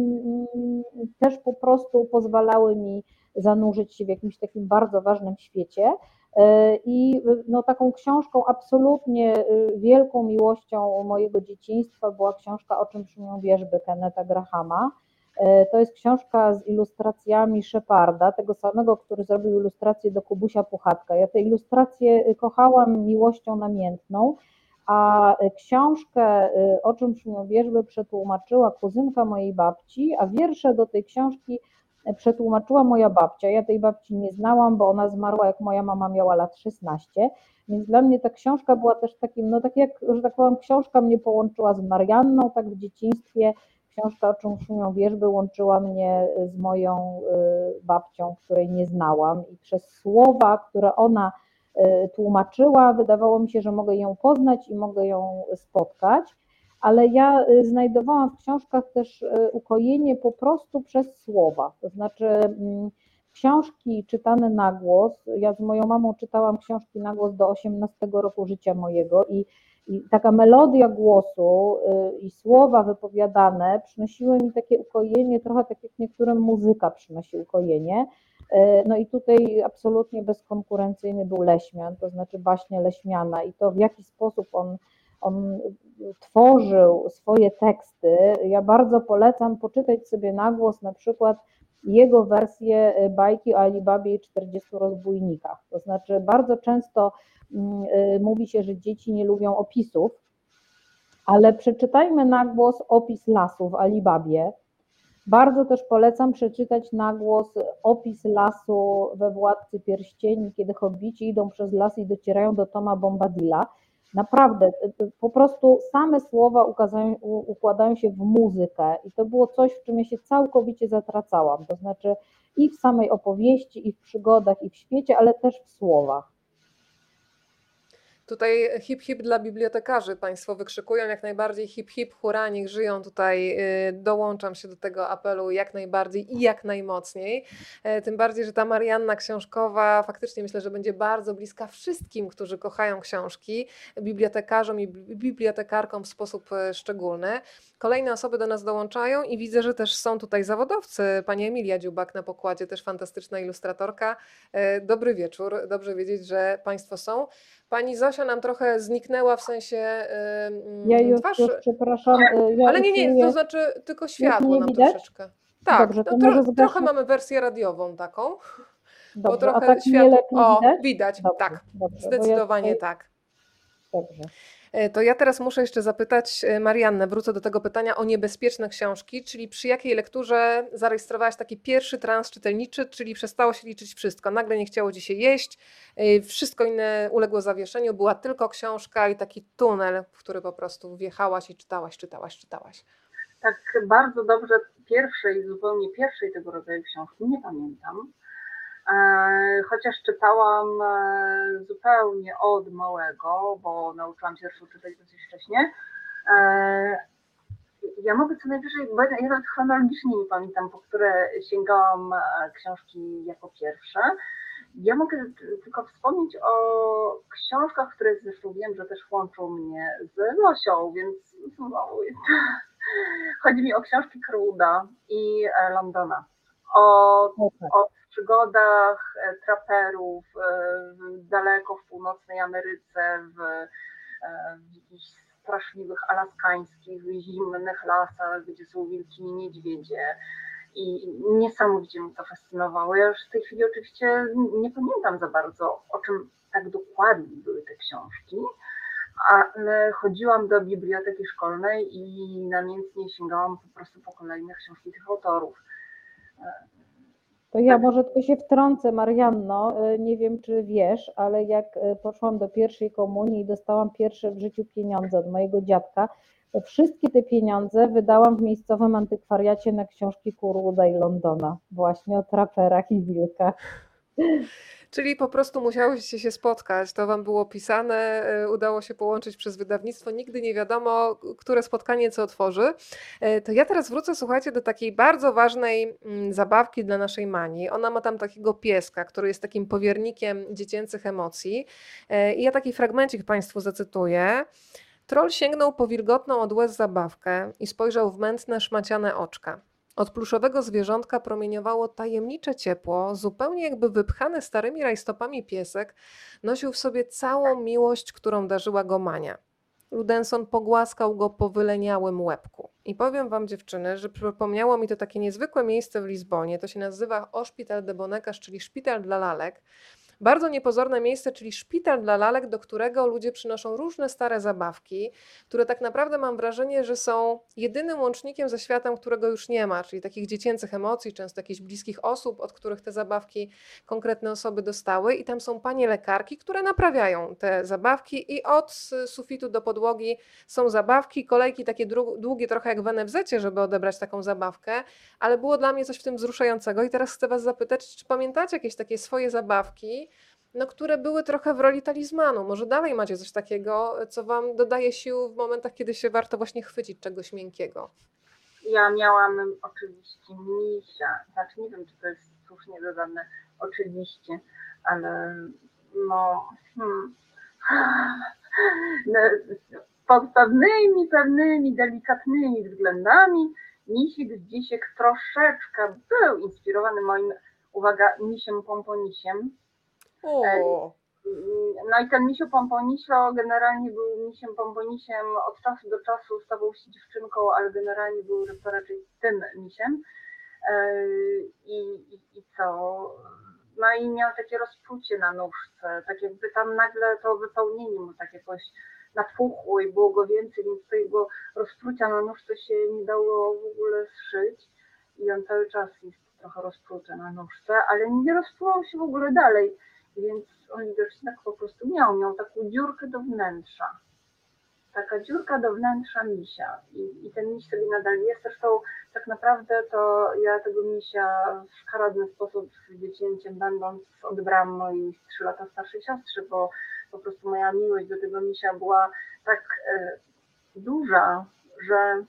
też po prostu pozwalały mi zanurzyć się w jakimś takim bardzo ważnym świecie. I no, taką książką absolutnie wielką miłością mojego dzieciństwa była książka O czym szumią wierzby Kennetha Grahama. To jest książka z ilustracjami Sheparda, tego samego, który zrobił ilustrację do Kubusia Puchatka. Ja te ilustracje kochałam miłością namiętną, a książkę O czym szumią wierzby przetłumaczyła kuzynka mojej babci, a wiersze do tej książki przetłumaczyła moja babcia. Ja tej babci nie znałam, bo ona zmarła, jak moja mama miała lat szesnaście, więc dla mnie ta książka była też takim, no tak jak, że tak powiem, książka mnie połączyła z Marianną, tak w dzieciństwie. Książka o czym szumią wierzby łączyła mnie z moją babcią, której nie znałam, i przez słowa, które ona tłumaczyła, wydawało mi się, że mogę ją poznać i mogę ją spotkać, ale ja znajdowałam w książkach też ukojenie po prostu przez słowa, to znaczy książki czytane na głos. Ja z moją mamą czytałam książki na głos do osiemnastego roku życia mojego i, i taka melodia głosu i słowa wypowiadane przynosiły mi takie ukojenie, trochę tak jak niektórym muzyka przynosi ukojenie. No i tutaj absolutnie bezkonkurencyjny był Leśmian, to znaczy baśnie Leśmiana, i to, w jaki sposób on, on tworzył swoje teksty. Ja bardzo polecam poczytać sobie na głos na przykład jego wersję bajki o Alibabie i czterdziestu rozbójnikach. To znaczy bardzo często mówi się, że dzieci nie lubią opisów, ale przeczytajmy na głos opis lasu w Alibabie. Bardzo też polecam przeczytać na głos opis lasu we Władcy Pierścieni, kiedy hobbici idą przez las i docierają do Toma Bombadila. Naprawdę, po prostu same słowa ukazają, układają się w muzykę i to było coś, w czym ja się całkowicie zatracałam. To znaczy i w samej opowieści, i w przygodach, i w świecie, ale też w słowach. Tutaj hip hip dla bibliotekarzy Państwo wykrzykują, jak najbardziej hip hip, hurra, niech żyją. Tutaj dołączam się do tego apelu jak najbardziej i jak najmocniej. Tym bardziej, że ta Marianna książkowa faktycznie myślę, że będzie bardzo bliska wszystkim, którzy kochają książki, bibliotekarzom i bibliotekarkom w sposób szczególny. Kolejne osoby do nas dołączają i widzę, że też są tutaj zawodowcy. Pani Emilia Dziubak na pokładzie, też fantastyczna ilustratorka. Dobry wieczór, dobrze wiedzieć, że Państwo są. Pani Zosia nam trochę zniknęła, w sensie yy, ja już, twarz. Już, przepraszam. Ja ale nie, nie, to znaczy tylko światło nam widać? Troszeczkę. Tak, Dobrze, no, tro, trochę mamy wersję radiową taką, dobrze, bo trochę a tak światło. O, widać, widać dobrze, tak, dobrze, zdecydowanie ja tutaj... tak. Dobrze. To ja teraz muszę jeszcze zapytać Mariannę, wrócę do tego pytania o niebezpieczne książki, czyli przy jakiej lekturze zarejestrowałaś taki pierwszy trans czytelniczy, czyli przestało się liczyć wszystko, nagle nie chciało ci się jeść, wszystko inne uległo zawieszeniu, była tylko książka i taki tunel, w który po prostu wjechałaś i czytałaś, czytałaś, czytałaś. Tak bardzo dobrze pierwszej, zupełnie pierwszej tego rodzaju książki nie pamiętam. Chociaż czytałam zupełnie od małego, bo nauczyłam się zresztą czytać dosyć wcześnie. Ja mogę co najwyżej, bo ja nawet chronologicznie nie pamiętam, po które sięgałam książki jako pierwsze. Ja mogę tylko wspomnieć o książkach, które zresztą wiem, że też łączą mnie z Losią, więc chodzi mi o książki Cruda i Londona. O, o przygodach traperów daleko w północnej Ameryce, w, w jakichś straszliwych alaskańskich, zimnych lasach, gdzie są wilki i niedźwiedzie. I niesamowicie mnie to fascynowało. Ja już w tej chwili oczywiście nie pamiętam za bardzo, o czym tak dokładnie były te książki, ale chodziłam do biblioteki szkolnej i namiętnie sięgałam po prostu po kolejne książki tych autorów. To ja może tylko się wtrącę, Marianno, nie wiem czy wiesz, ale jak poszłam do pierwszej komunii i dostałam pierwsze w życiu pieniądze od mojego dziadka, to wszystkie te pieniądze wydałam w miejscowym antykwariacie na książki Cruda i Londona, właśnie o traperach i wilkach. Czyli po prostu musiałyście się spotkać, to wam było pisane, udało się połączyć przez wydawnictwo, nigdy nie wiadomo, które spotkanie co otworzy. To ja teraz wrócę, słuchajcie, do takiej bardzo ważnej zabawki dla naszej Mani. Ona ma tam takiego pieska, który jest takim powiernikiem dziecięcych emocji. I ja taki fragmencik Państwu zacytuję. Troll sięgnął po wilgotną od łez zabawkę i spojrzał w mętne, szmaciane oczka. Od pluszowego zwierzątka promieniowało tajemnicze ciepło, zupełnie jakby wypchany starymi rajstopami piesek nosił w sobie całą miłość, którą darzyła go Mania. Ludenson pogłaskał go po wyleniałym łebku. I powiem wam, dziewczyny, że przypomniało mi to takie niezwykłe miejsce w Lizbonie. To się nazywa Hospital de Bonecas, czyli szpital dla lalek. bardzo niepozorne miejsce, czyli szpital dla lalek, do którego ludzie przynoszą różne stare zabawki, które tak naprawdę mam wrażenie, że są jedynym łącznikiem ze światem, którego już nie ma, czyli takich dziecięcych emocji, często jakichś bliskich osób, od których te zabawki konkretne osoby dostały i tam są panie lekarki, które naprawiają te zabawki i od sufitu do podłogi są zabawki, kolejki takie długie trochę jak w en ef zecie, żeby odebrać taką zabawkę, ale było dla mnie coś w tym wzruszającego i teraz chcę was zapytać, czy pamiętacie jakieś takie swoje zabawki, no, które były trochę w roli talizmanu. Może dalej macie coś takiego, co wam dodaje sił w momentach, kiedy się warto właśnie chwycić czegoś miękkiego? Ja miałam oczywiście misia, znaczy nie wiem, czy to jest słusznie dodane oczywiście, ale no, hmm, no pod pewnymi, pewnymi delikatnymi względami misik dzisiek troszeczkę był inspirowany moim, uwaga, misiem pomponisiem. O. No i ten misiu pomponisio generalnie był misiem pomponisiem od czasu do czasu, stawał się dziewczynką, ale generalnie był to raczej tym misiem. I, i, i co? No i miał takie rozprucie na nóżce, tak jakby tam nagle to wypełnienie mu tak jakoś napuchło i było go więcej, więc tego rozprucia na nóżce się nie dało w ogóle zszyć i on cały czas jest trochę rozpruty na nóżce, ale nie rozpruwał się w ogóle dalej, więc on widocznie tak po prostu miał, miał taką dziurkę do wnętrza. Taka dziurka do wnętrza misia i, i ten miś sobie nadal jest. Zresztą tak naprawdę to ja tego misia w szkaradny sposób z dziecięciem będąc odebrałam mojej trzy lata starszej siostrze, bo po prostu moja miłość do tego misia była tak e, duża, że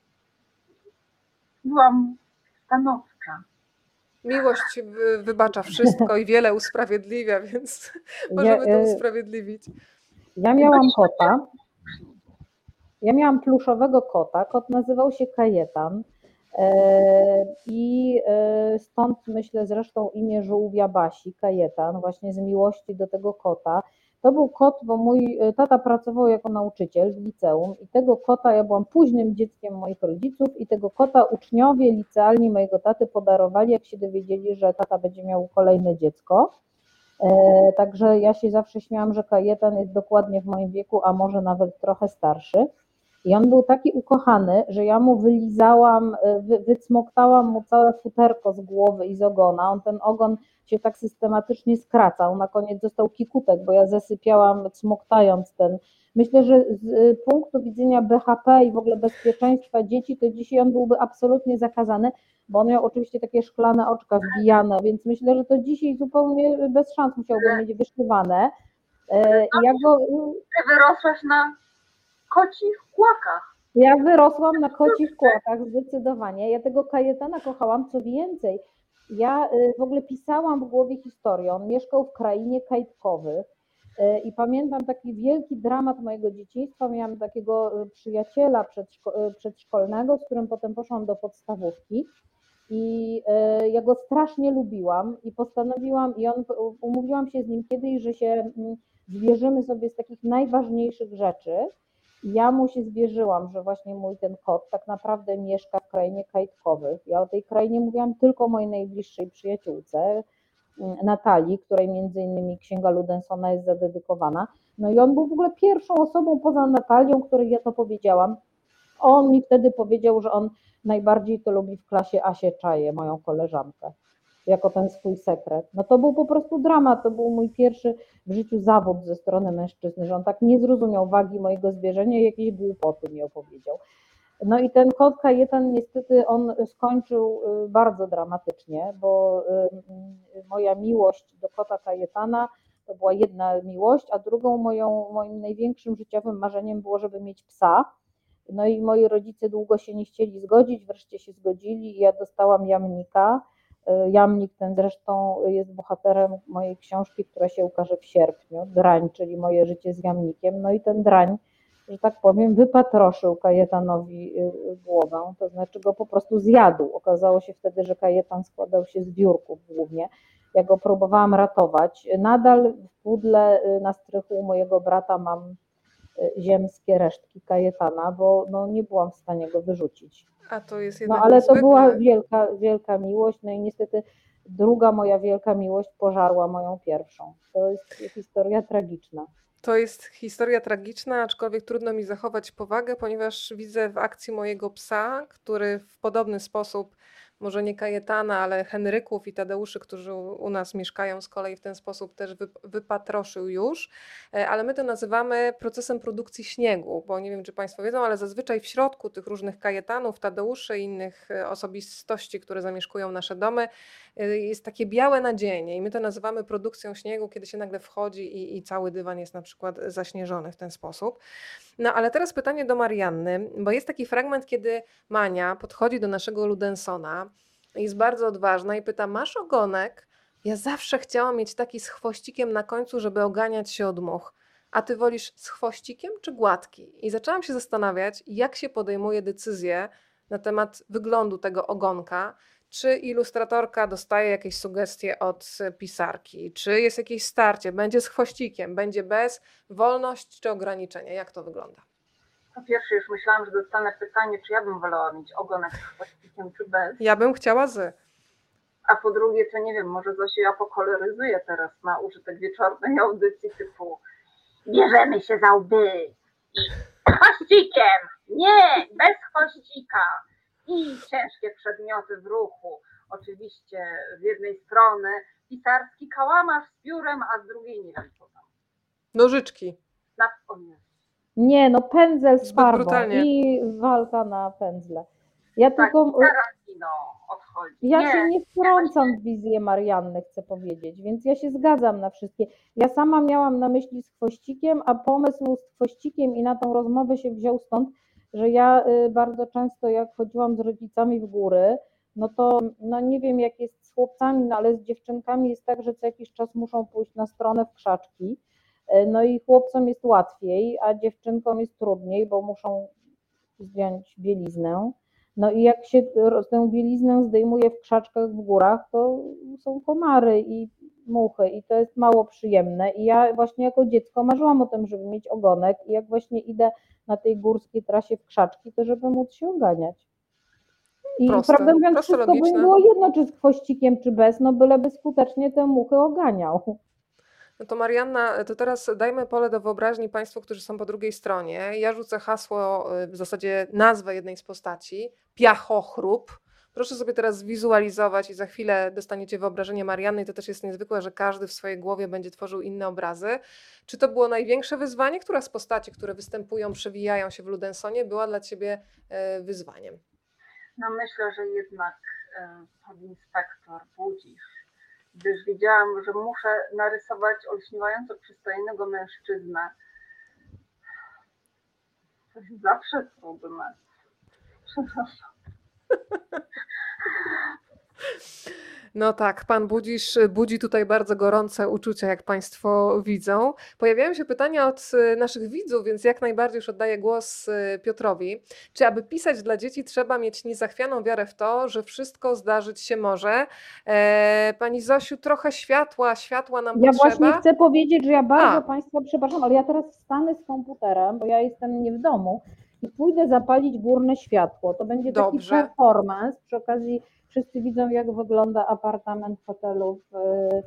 byłam stanowcza. Miłość wybacza wszystko i wiele usprawiedliwia, więc możemy to usprawiedliwić. Ja miałam kota. Ja miałam pluszowego kota. Kot nazywał się Kajetan. I stąd myślę zresztą imię żółwia Basi, Kajetan, właśnie z miłości do tego kota. To był kot, bo mój tata pracował jako nauczyciel w liceum i tego kota, ja byłam późnym dzieckiem moich rodziców i tego kota uczniowie licealni mojego taty podarowali, jak się dowiedzieli, że tata będzie miał kolejne dziecko. Także ja się zawsze śmiałam, że Kajetan jest dokładnie w moim wieku, a może nawet trochę starszy. I on był taki ukochany, że ja mu wylizałam, wy, wycmoktałam mu całe futerko z głowy i z ogona. On ten ogon się tak systematycznie skracał. Na koniec został kikutek, bo ja zasypiałam cmoktając ten. Myślę, że z punktu widzenia be ha pe i w ogóle bezpieczeństwa dzieci, to dzisiaj on byłby absolutnie zakazany, bo on miał oczywiście takie szklane oczka wbijane, więc myślę, że to dzisiaj zupełnie bez szans musiałby mieć wyszywane. I ja go... Ty wyrosłaś na kocich kłakach. Ja wyrosłam na kocich kłakach, zdecydowanie. Ja tego Kajetana kochałam, co więcej. Ja w ogóle pisałam w głowie historię. On mieszkał w krainie kajtkowych i pamiętam taki wielki dramat mojego dzieciństwa. Miałam takiego przyjaciela przedszko- przedszkolnego, z którym potem poszłam do podstawówki i ja go strasznie lubiłam i postanowiłam, i on umówiłam się z nim kiedyś, że się zwierzymy sobie z takich najważniejszych rzeczy. Ja mu się zwierzyłam, że właśnie mój ten kot tak naprawdę mieszka w krainie kajtkowych. Ja o tej krainie mówiłam tylko mojej najbliższej przyjaciółce, Natalii, której między innymi Księga Ludensona jest zadedykowana. No i on był w ogóle pierwszą osobą poza Natalią, której ja to powiedziałam. On mi wtedy powiedział, że on najbardziej to lubi w klasie Asię Czaję, moją koleżankę, jako ten swój sekret. No to był po prostu dramat, to był mój pierwszy w życiu zawód ze strony mężczyzny, że on tak nie zrozumiał wagi mojego zwierzenia i jakieś głupoty mi opowiedział. No i ten kot Kajetan niestety on skończył bardzo dramatycznie, bo moja miłość do kota Kajetana to była jedna miłość, a drugą moją, moim największym życiowym marzeniem było, żeby mieć psa. No i moi rodzice długo się nie chcieli zgodzić, wreszcie się zgodzili i ja dostałam jamnika. Jamnik ten zresztą jest bohaterem mojej książki, która się ukaże w sierpniu, Drań, czyli moje życie z jamnikiem. No i ten drań, że tak powiem, wypatroszył Kajetanowi głowę, to znaczy go po prostu zjadł. Okazało się wtedy, że Kajetan składał się z wiórków głównie. Ja go próbowałam ratować. Nadal w pudle na strychu mojego brata mam ziemskie resztki Kajetana, bo no, nie byłam w stanie go wyrzucić. A to jest No jednak ale to niezwykłe. była wielka, wielka miłość, no i niestety druga moja wielka miłość pożarła moją pierwszą. To jest historia tragiczna. To jest historia tragiczna, aczkolwiek trudno mi zachować powagę, ponieważ widzę w akcji mojego psa, który w podobny sposób, może nie Kajetana, ale Henryków i Tadeuszy, którzy u nas mieszkają z kolei w ten sposób też wypatroszył już, ale my to nazywamy procesem produkcji śniegu, bo nie wiem, czy Państwo wiedzą, ale zazwyczaj w środku tych różnych Kajetanów, Tadeuszy i innych osobistości, które zamieszkują nasze domy, jest takie białe nadzienie i my to nazywamy produkcją śniegu, kiedy się nagle wchodzi i, i cały dywan jest na przykład zaśnieżony w ten sposób. No ale teraz pytanie do Marianny, bo jest taki fragment, kiedy Mania podchodzi do naszego Ludensona, jest bardzo odważna i pyta: masz ogonek? Ja zawsze chciałam mieć taki z chwościkiem na końcu, żeby oganiać się od much. A ty wolisz z chwościkiem czy gładki? I zaczęłam się zastanawiać, jak się podejmuje decyzję na temat wyglądu tego ogonka. Czy ilustratorka dostaje jakieś sugestie od pisarki? Czy jest jakieś starcie? Będzie z chwościkiem? Będzie bez? Wolność czy ograniczenie? Jak to wygląda? Po pierwsze już myślałam, że dostanę pytanie, czy ja bym wolała mieć ogonek z chwościkiem, czy bez. Ja bym chciała z. A po drugie, to nie wiem, może Zosiu ja pokoloryzuję teraz na użytek wieczornej audycji typu bierzemy się za łby i chwościkiem! Nie, bez chwościka! I ciężkie przedmioty w ruchu. Oczywiście z jednej strony pisarski kałamarz z piórem, a z drugiej nie wiem co tam. Nożyczki. Na... O nie. Nie, no pędzel z Zbyt farbą brutalnie. i walka na pędzle. Ja Tak, tylko... Tarantino odchodzi. Ja nie, się nie wtrącam w wizję Marianny, chcę powiedzieć, więc ja się zgadzam na wszystkie. Ja sama miałam na myśli z chwościkiem, a pomysł z chwościkiem i na tą rozmowę się wziął stąd, że ja bardzo często jak chodziłam z rodzicami w góry, no to no nie wiem jak jest z chłopcami, no ale z dziewczynkami jest tak, że co jakiś czas muszą pójść na stronę w krzaczki, no i chłopcom jest łatwiej, a dziewczynkom jest trudniej, bo muszą zdjąć bieliznę. No i jak się tę bieliznę zdejmuje w krzaczkach w górach, to są komary i muchy i to jest mało przyjemne. I ja właśnie jako dziecko marzyłam o tym, żeby mieć ogonek i jak właśnie idę na tej górskiej trasie w krzaczki, to żeby móc się oganiać. I Proste, prawdę mówiąc proste, wszystko by logiczne. mi było jedno, czy z chwościkiem, czy bez, no byleby skutecznie te muchy oganiał. No to Marianna, to teraz dajmy pole do wyobraźni Państwu, którzy są po drugiej stronie. Ja rzucę hasło, w zasadzie nazwę jednej z postaci, piachochrób. Proszę sobie teraz zwizualizować i za chwilę dostaniecie wyobrażenie Marianny i to też jest niezwykłe, że każdy w swojej głowie będzie tworzył inne obrazy. Czy to było największe wyzwanie? Która z postaci, które występują, przewijają się w Ludensonie, była dla Ciebie wyzwaniem? No myślę, że jednak podinspektor Budzisz, gdyż wiedziałam, że muszę narysować olśniewająco przystojnego mężczyznę. To jest zawsze trudne. Przepraszam. No tak, pan Budzisz budzi tutaj bardzo gorące uczucia, jak Państwo widzą. Pojawiają się pytania od naszych widzów, więc jak najbardziej już oddaję głos Piotrowi. Czy aby pisać dla dzieci trzeba mieć niezachwianą wiarę w to, że wszystko zdarzyć się może? E, pani Zosiu, trochę światła, światła nam Ja potrzeba. właśnie chcę powiedzieć, że ja bardzo A. Państwa przepraszam, ale ja teraz wstanę z komputerem, bo ja jestem nie w domu i pójdę zapalić górne światło. To będzie Dobrze. taki performance. Przy okazji wszyscy widzą, jak wygląda apartament hotelu w,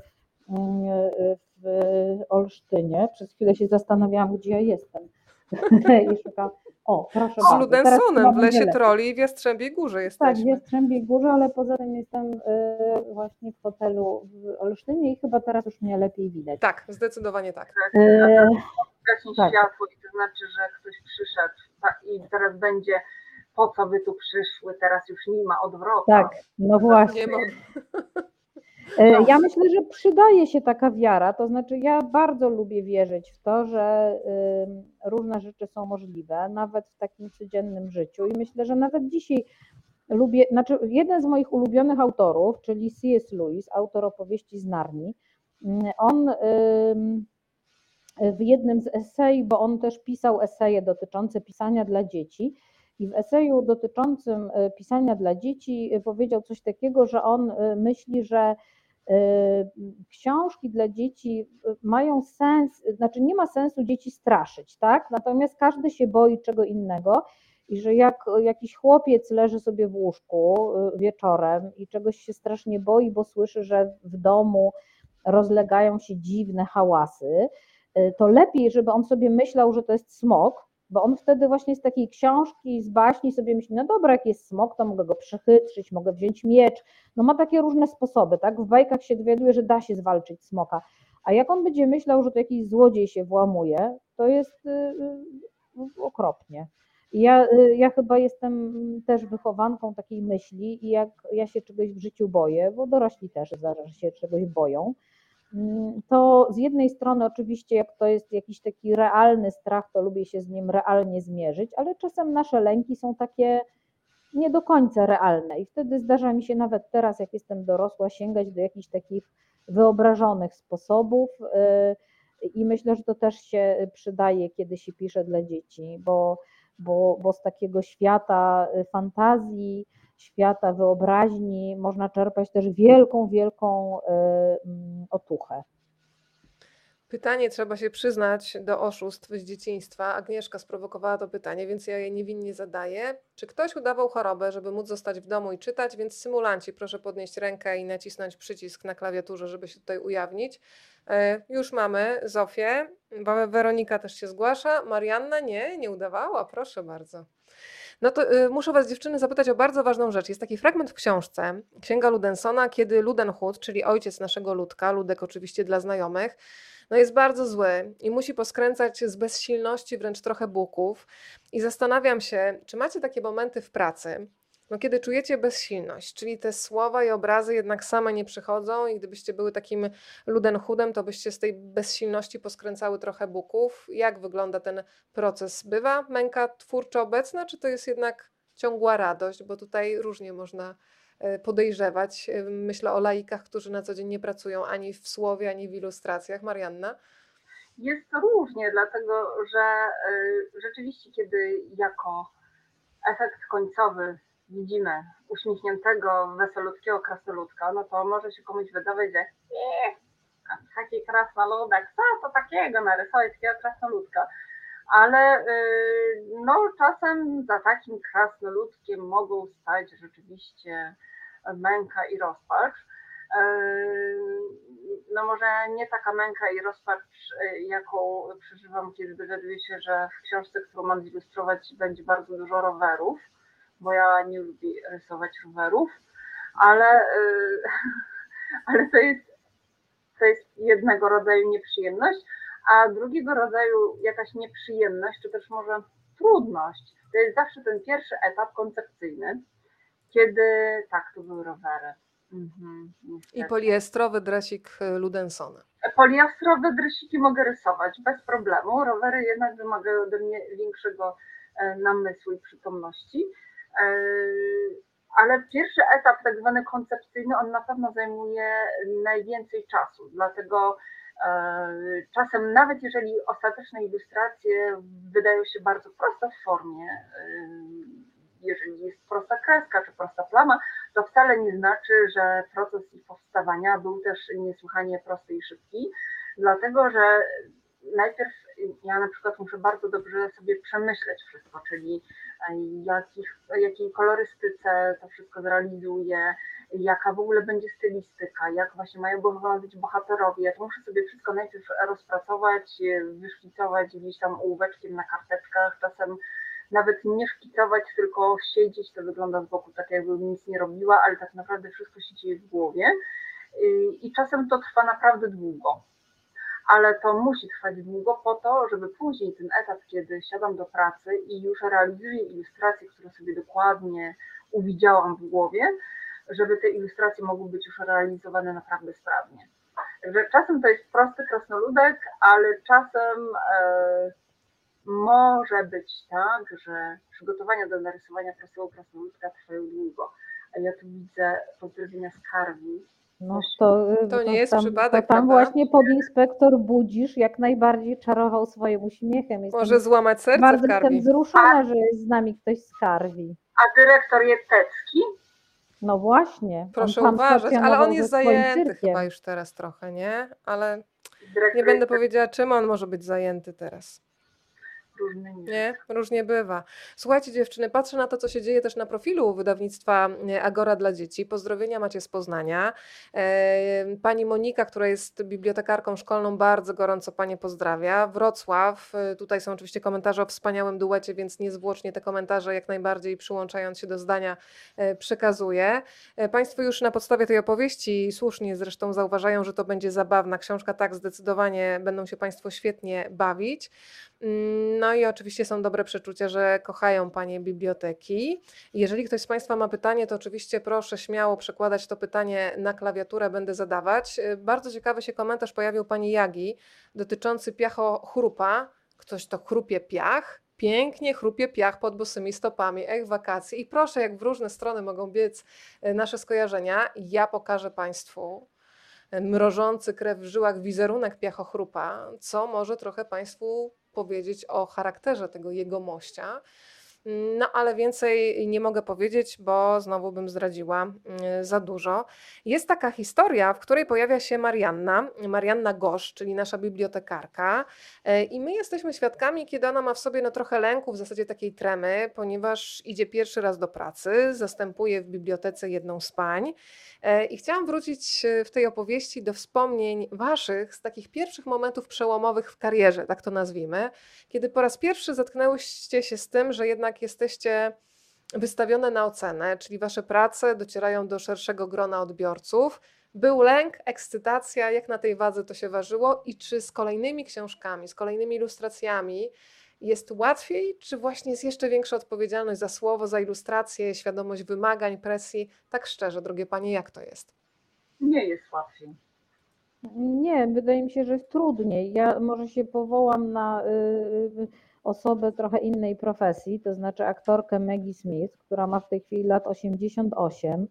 w Olsztynie. Przez chwilę się zastanawiałam, gdzie ja jestem. I szukam. O, proszę Z bardzo. Ludensonem w Lesie lepiej. Troli i w Jastrzębiej Górze Tak, w jesteśmy. Jastrzębiej Górze, ale poza tym jestem y, właśnie w hotelu w Olsztynie i chyba teraz już mnie lepiej widać. Tak, zdecydowanie tak. E, Gaśnie tak. światło i to znaczy, że ktoś przyszedł i teraz będzie, po co wy tu przyszły, teraz już nie ma odwrotu. Tak, no właśnie. Nie ma... E, Ja myślę, że przydaje się taka wiara, to znaczy ja bardzo lubię wierzyć w to, że y, różne rzeczy są możliwe, nawet w takim codziennym życiu i myślę, że nawet dzisiaj lubię, znaczy jeden z moich ulubionych autorów, czyli C S Lewis, autor opowieści z Narni, on w jednym z esej, bo on też pisał eseje dotyczące pisania dla dzieci i w eseju dotyczącym pisania dla dzieci powiedział coś takiego, że on myśli, że Książki dla dzieci mają sens, znaczy nie ma sensu dzieci straszyć, tak? Natomiast każdy się boi czego innego i że jak jakiś chłopiec leży sobie w łóżku wieczorem i czegoś się strasznie boi, bo słyszy, że w domu rozlegają się dziwne hałasy, to lepiej, żeby on sobie myślał, że to jest smok, bo on wtedy właśnie z takiej książki, z baśni sobie myśli, no dobra, jak jest smok, to mogę go przechytrzyć, mogę wziąć miecz, no ma takie różne sposoby, tak? W bajkach się dowiaduje, że da się zwalczyć smoka, a jak on będzie myślał, że to jakiś złodziej się włamuje, to jest yy, okropnie. I ja, yy, ja chyba jestem też wychowanką takiej myśli i jak ja się czegoś w życiu boję, bo dorośli też zdarza się czegoś boją, to z jednej strony oczywiście jak to jest jakiś taki realny strach, to lubię się z nim realnie zmierzyć, ale czasem nasze lęki są takie nie do końca realne i wtedy zdarza mi się nawet teraz, jak jestem dorosła, sięgać do jakichś takich wyobrażonych sposobów i myślę, że to też się przydaje, kiedy się pisze dla dzieci, bo, bo, bo z takiego świata fantazji, świata wyobraźni można czerpać też wielką, wielką otuchę. Pytanie, trzeba się przyznać, do oszustw z dzieciństwa. Agnieszka sprowokowała to pytanie, więc ja je niewinnie zadaję. Czy ktoś udawał chorobę, żeby móc zostać w domu i czytać? Więc symulanci, proszę podnieść rękę i nacisnąć przycisk na klawiaturze, żeby się tutaj ujawnić. E, już mamy Zofię, Weronika też się zgłasza, Marianna nie, nie udawała, proszę bardzo. No to y, muszę was dziewczyny zapytać o bardzo ważną rzecz. Jest taki fragment w książce, Księga Ludensona, kiedy Ludenhut, czyli ojciec naszego Ludka, Ludek oczywiście dla znajomych, no jest bardzo zły i musi poskręcać z bezsilności wręcz trochę buków. I zastanawiam się, czy macie takie momenty w pracy, no kiedy czujecie bezsilność, czyli te słowa i obrazy jednak same nie przychodzą i gdybyście były takim Ludenhudem, to byście z tej bezsilności poskręcały trochę buków. Jak wygląda ten proces? Bywa męka twórczo obecna, czy to jest jednak ciągła radość? Bo tutaj różnie można podejrzewać. Myślę o laikach, którzy na co dzień nie pracują ani w słowie, ani w ilustracjach. Marianna? Jest to różnie, dlatego że rzeczywiście, kiedy jako efekt końcowy widzimy uśmiechniętego, weselutkiego krasnoludka, no to może się komuś wydawać, że nie, taki krasnoludek, co to takiego narysować takiego krasnoludka. Ale no, czasem za takim krasnoludkiem mogą stać rzeczywiście męka i rozpacz. No może nie taka męka i rozpacz, jaką przeżywam, kiedy dowiaduję się, że w książce, którą mam zilustrować, będzie bardzo dużo rowerów, bo ja nie lubię rysować rowerów, ale, ale to jest, to jest jednego rodzaju nieprzyjemność, a drugiego rodzaju jakaś nieprzyjemność, czy też może trudność, to jest zawsze ten pierwszy etap koncepcyjny, kiedy tak, to były rowery. Mhm, I poliestrowy dresik Ludensona. Poliestrowe dresiki mogę rysować bez problemu, rowery jednak wymagają ode mnie większego namysłu i przytomności, ale pierwszy etap tak zwany koncepcyjny, on na pewno zajmuje najwięcej czasu, dlatego czasem nawet jeżeli ostateczne ilustracje wydają się bardzo proste w formie, jeżeli jest prosta kreska czy prosta plama, to wcale nie znaczy, że proces ich powstawania był też niesłychanie prosty i szybki, dlatego że najpierw ja na przykład muszę bardzo dobrze sobie przemyśleć wszystko, czyli jakich, jakiej kolorystyce to wszystko zrealizuję, jaka w ogóle będzie stylistyka, jak właśnie mają wyglądać bohaterowie. Ja to muszę sobie wszystko najpierw rozpracować, wyszkicować gdzieś tam ołóweczkiem na karteczkach, czasem nawet nie szkicować, tylko siedzieć, to wygląda z boku tak, jakbym nic nie robiła, ale tak naprawdę wszystko się dzieje w głowie i czasem to trwa naprawdę długo, ale to musi trwać długo po to, żeby później ten etap, kiedy siadam do pracy i już realizuję ilustracje, które sobie dokładnie uwidziałam w głowie, żeby te ilustracje mogły być już realizowane naprawdę sprawnie. Także czasem to jest prosty krasnoludek, ale czasem e, może być tak, że przygotowania do narysowania prostego krasnoludka trwają długo. A ja tu widzę pozdrowienia z Karwi. No to, to nie jest tam, przypadek, to tam prawda? właśnie podinspektor Budzisz jak najbardziej czarował swoim uśmiechem. Jestem Może złamać serce bardzo w Karwi. jestem wzruszona, że jest z nami ktoś z Karwi. A dyrektor Jettecki? No właśnie, on Proszę tam uważać, ale on stacjonował ze jest swoim zajęty chyba cyrkiem. już teraz trochę, nie? Ale Dyrektor nie będę jest powiedziała, czym on może być zajęty teraz. różnymi Nie, rzeczami. różnie bywa. Słuchajcie dziewczyny, patrzę na to, co się dzieje też na profilu wydawnictwa e, Agora dla dzieci. Pozdrowienia macie z Poznania. E, Pani Monika, która jest bibliotekarką szkolną, bardzo gorąco Panie pozdrawia. Wrocław, e, tutaj są oczywiście komentarze o wspaniałym duecie, więc niezwłocznie te komentarze jak najbardziej przyłączając się do zdania e, przekazuję. E, Państwo już na podstawie tej opowieści słusznie zresztą zauważają, że to będzie zabawna książka. Tak, zdecydowanie będą się Państwo świetnie bawić. Mm, No i oczywiście są dobre przeczucia, że kochają Panie biblioteki. Jeżeli ktoś z Państwa ma pytanie, to oczywiście proszę śmiało przekładać to pytanie na klawiaturę, będę zadawać. Y, Bardzo ciekawy się komentarz pojawił Pani Jagi dotyczący piachochrupa. Ktoś to chrupie piach? Pięknie chrupie piach pod bosymi stopami. Ech, wakacje. I proszę, jak w różne strony mogą biec y, nasze skojarzenia. Ja pokażę Państwu y, mrożący krew w żyłach wizerunek piachochrupa, co może trochę Państwu powiedzieć o charakterze tego jegomościa. No ale więcej nie mogę powiedzieć, bo znowu bym zdradziła mm, za dużo. Jest taka historia, w której pojawia się Marianna, Marianna Gosz, czyli nasza bibliotekarka, e, i my jesteśmy świadkami, kiedy ona ma w sobie no trochę lęku, w zasadzie takiej tremy, ponieważ idzie pierwszy raz do pracy, zastępuje w bibliotece jedną z pań. E, I chciałam wrócić e, w tej opowieści do wspomnień waszych z takich pierwszych momentów przełomowych w karierze, tak to nazwijmy, kiedy po raz pierwszy zetknęłyście się z tym, że jednak jesteście wystawione na ocenę, czyli wasze prace docierają do szerszego grona odbiorców. Był lęk, ekscytacja, jak na tej wadze to się ważyło i czy z kolejnymi książkami, z kolejnymi ilustracjami jest łatwiej, czy właśnie jest jeszcze większa odpowiedzialność za słowo, za ilustrację, świadomość wymagań, presji? Tak szczerze, drogie panie, jak to jest? Nie jest łatwiej. Nie, wydaje mi się, że jest trudniej. Ja może się powołam na y, y, osobę trochę innej profesji, to znaczy aktorkę Maggie Smith, która ma w tej chwili lat osiemdziesiąt osiem.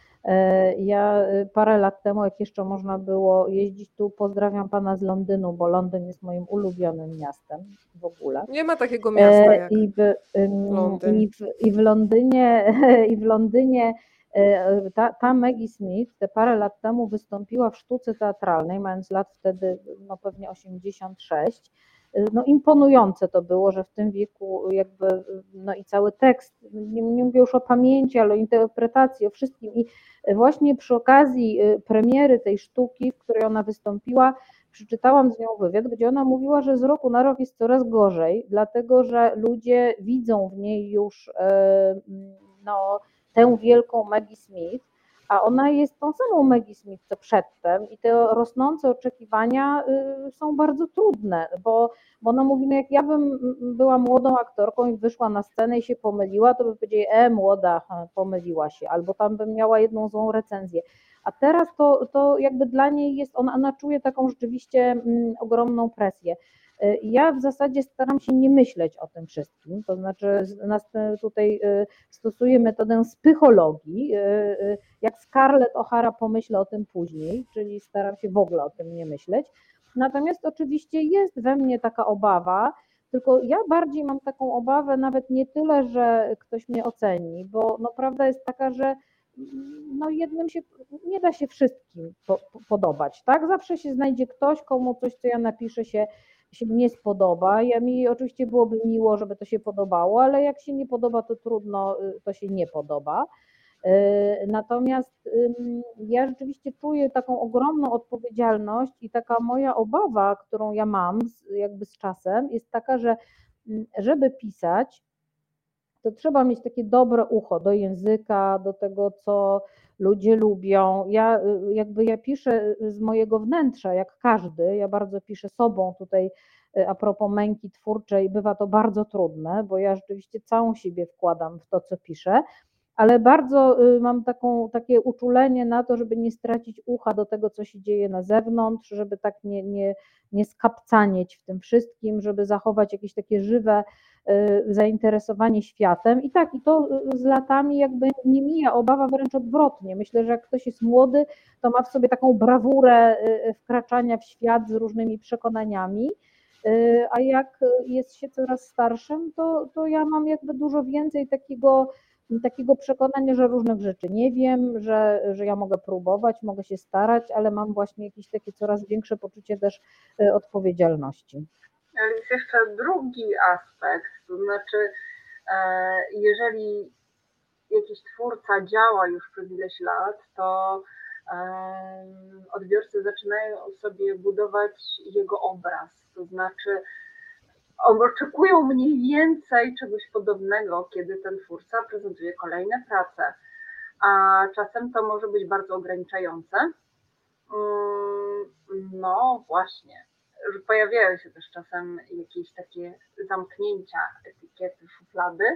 E, Ja y, parę lat temu, jak jeszcze można było jeździć tu, pozdrawiam pana z Londynu, bo Londyn jest moim ulubionym miastem w ogóle. Nie ma takiego miasta E, jak I w, ym, Londyn. i w, i w Londynie, i w Londynie e, ta, ta Maggie Smith te parę lat temu wystąpiła w sztuce teatralnej, mając lat wtedy no pewnie osiemdziesiąt sześć. E, No imponujące to było, że w tym wieku jakby, no i cały tekst, nie, nie mówię już o pamięci, ale o interpretacji, o wszystkim. I właśnie przy okazji e, premiery tej sztuki, w której ona wystąpiła, przeczytałam z nią wywiad, gdzie ona mówiła, że z roku na rok jest coraz gorzej, dlatego że ludzie widzą w niej już e, no, tę wielką Maggie Smith, a ona jest tą samą Maggie Smith co przedtem i te rosnące oczekiwania y, są bardzo trudne, bo, bo ona mówi, no jak ja bym była młodą aktorką i wyszła na scenę i się pomyliła, to by powiedzieli, e młoda, pomyliła się, albo tam bym miała jedną złą recenzję. A teraz to, to jakby dla niej jest, ona, ona czuje taką rzeczywiście mm, ogromną presję. Y, Ja w zasadzie staram się nie myśleć o tym wszystkim, to znaczy z- nas te- tutaj y, stosuję metodę z psychologii. y, y, Jak Scarlett O'Hara pomyślę o tym później, czyli staram się w ogóle o tym nie myśleć. Natomiast oczywiście jest we mnie taka obawa, tylko ja bardziej mam taką obawę nawet nie tyle, że ktoś mnie oceni, bo no prawda jest taka, że no jednym się nie da się wszystkim po, po, podobać, tak? Zawsze się znajdzie ktoś, komu coś, co ja napiszę, się, się nie spodoba. Ja mi oczywiście byłoby miło, żeby to się podobało, ale jak się nie podoba, to trudno, y, to się nie podoba. Y, Natomiast ym, ja rzeczywiście czuję taką ogromną odpowiedzialność i taka moja obawa, którą ja mam z, jakby z czasem, jest taka, że mm, żeby pisać, to trzeba mieć takie dobre ucho do języka, do tego, co ludzie lubią. Ja y, jakby ja piszę z mojego wnętrza, jak każdy, ja bardzo piszę sobą tutaj y, a propos męki twórczej, bywa to bardzo trudne, bo ja rzeczywiście całą siebie wkładam w to, co piszę, ale bardzo y, mam taką, takie uczulenie na to, żeby nie stracić ucha do tego, co się dzieje na zewnątrz, żeby tak nie, nie, nie skapcanieć w tym wszystkim, żeby zachować jakieś takie żywe y, zainteresowanie światem. I tak, i to y, z latami jakby nie mija, obawa wręcz odwrotnie. Myślę, że jak ktoś jest młody, to ma w sobie taką brawurę y, wkraczania w świat z różnymi przekonaniami. A jak jest się coraz starszym, to, to ja mam jakby dużo więcej takiego takiego przekonania, że różnych rzeczy nie wiem, że, że ja mogę próbować, mogę się starać, ale mam właśnie jakieś takie coraz większe poczucie też odpowiedzialności. Ale jest jeszcze drugi aspekt, to znaczy jeżeli jakiś twórca działa już przez ileś lat, to odbiorcy zaczynają sobie budować jego obraz, to znaczy oczekują mniej więcej czegoś podobnego, kiedy ten twórca prezentuje kolejne prace, a czasem to może być bardzo ograniczające. No właśnie, pojawiają się też czasem jakieś takie zamknięcia, etykiety, szuflady,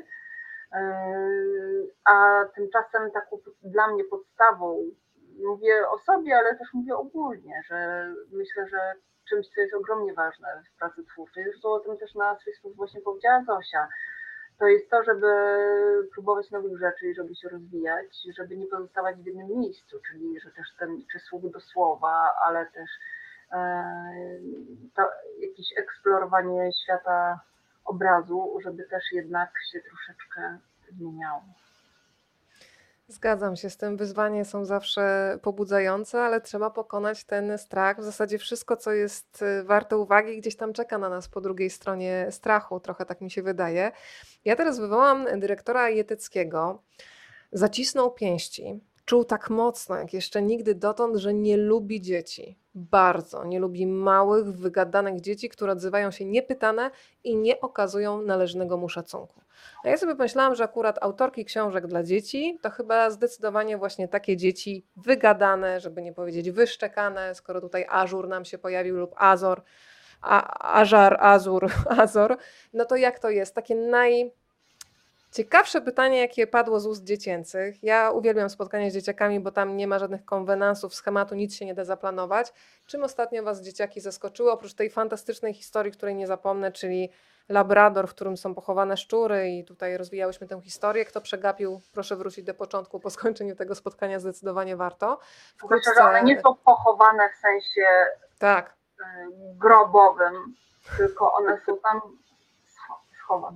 a tymczasem taką dla mnie podstawą, mówię o sobie, ale też mówię ogólnie, że myślę, że czymś, co jest ogromnie ważne w pracy twórczej, już o tym też na swój sposób właśnie powiedziała Zosia, to jest to, żeby próbować nowych rzeczy i żeby się rozwijać, żeby nie pozostawać w jednym miejscu, czyli że też ten, czy słuch do słowa, ale też e, to jakieś eksplorowanie świata obrazu, żeby też jednak się troszeczkę zmieniało. Zgadzam się z tym. Wyzwania są zawsze pobudzające, ale trzeba pokonać ten strach. W zasadzie wszystko, co jest warte uwagi, gdzieś tam czeka na nas po drugiej stronie strachu. Trochę tak mi się wydaje. Ja teraz wywołam dyrektora Jetyckiego. Zacisnął pięści. Czuł tak mocno, jak jeszcze nigdy dotąd, że nie lubi dzieci. Bardzo nie lubi małych, wygadanych dzieci, które odzywają się niepytane i nie okazują należnego mu szacunku. A ja sobie pomyślałam, że akurat autorki książek dla dzieci to chyba zdecydowanie właśnie takie dzieci wygadane, żeby nie powiedzieć wyszczekane, skoro tutaj Ażur nam się pojawił lub Azor, a, Ażar, Azur, Azor, no to jak to jest? Takie naj... Ciekawsze pytanie, jakie padło z ust dziecięcych. Ja uwielbiam spotkania z dzieciakami, bo tam nie ma żadnych konwenansów, schematu, nic się nie da zaplanować. Czym ostatnio was dzieciaki zaskoczyły? Oprócz tej fantastycznej historii, której nie zapomnę, czyli Labrador, w którym są pochowane szczury i tutaj rozwijałyśmy tę historię. Kto przegapił, proszę wrócić do początku. Po skończeniu tego spotkania zdecydowanie warto. Wkrótce... Myślę, że one nie są pochowane w sensie tak. grobowym, tylko one są tam schowane.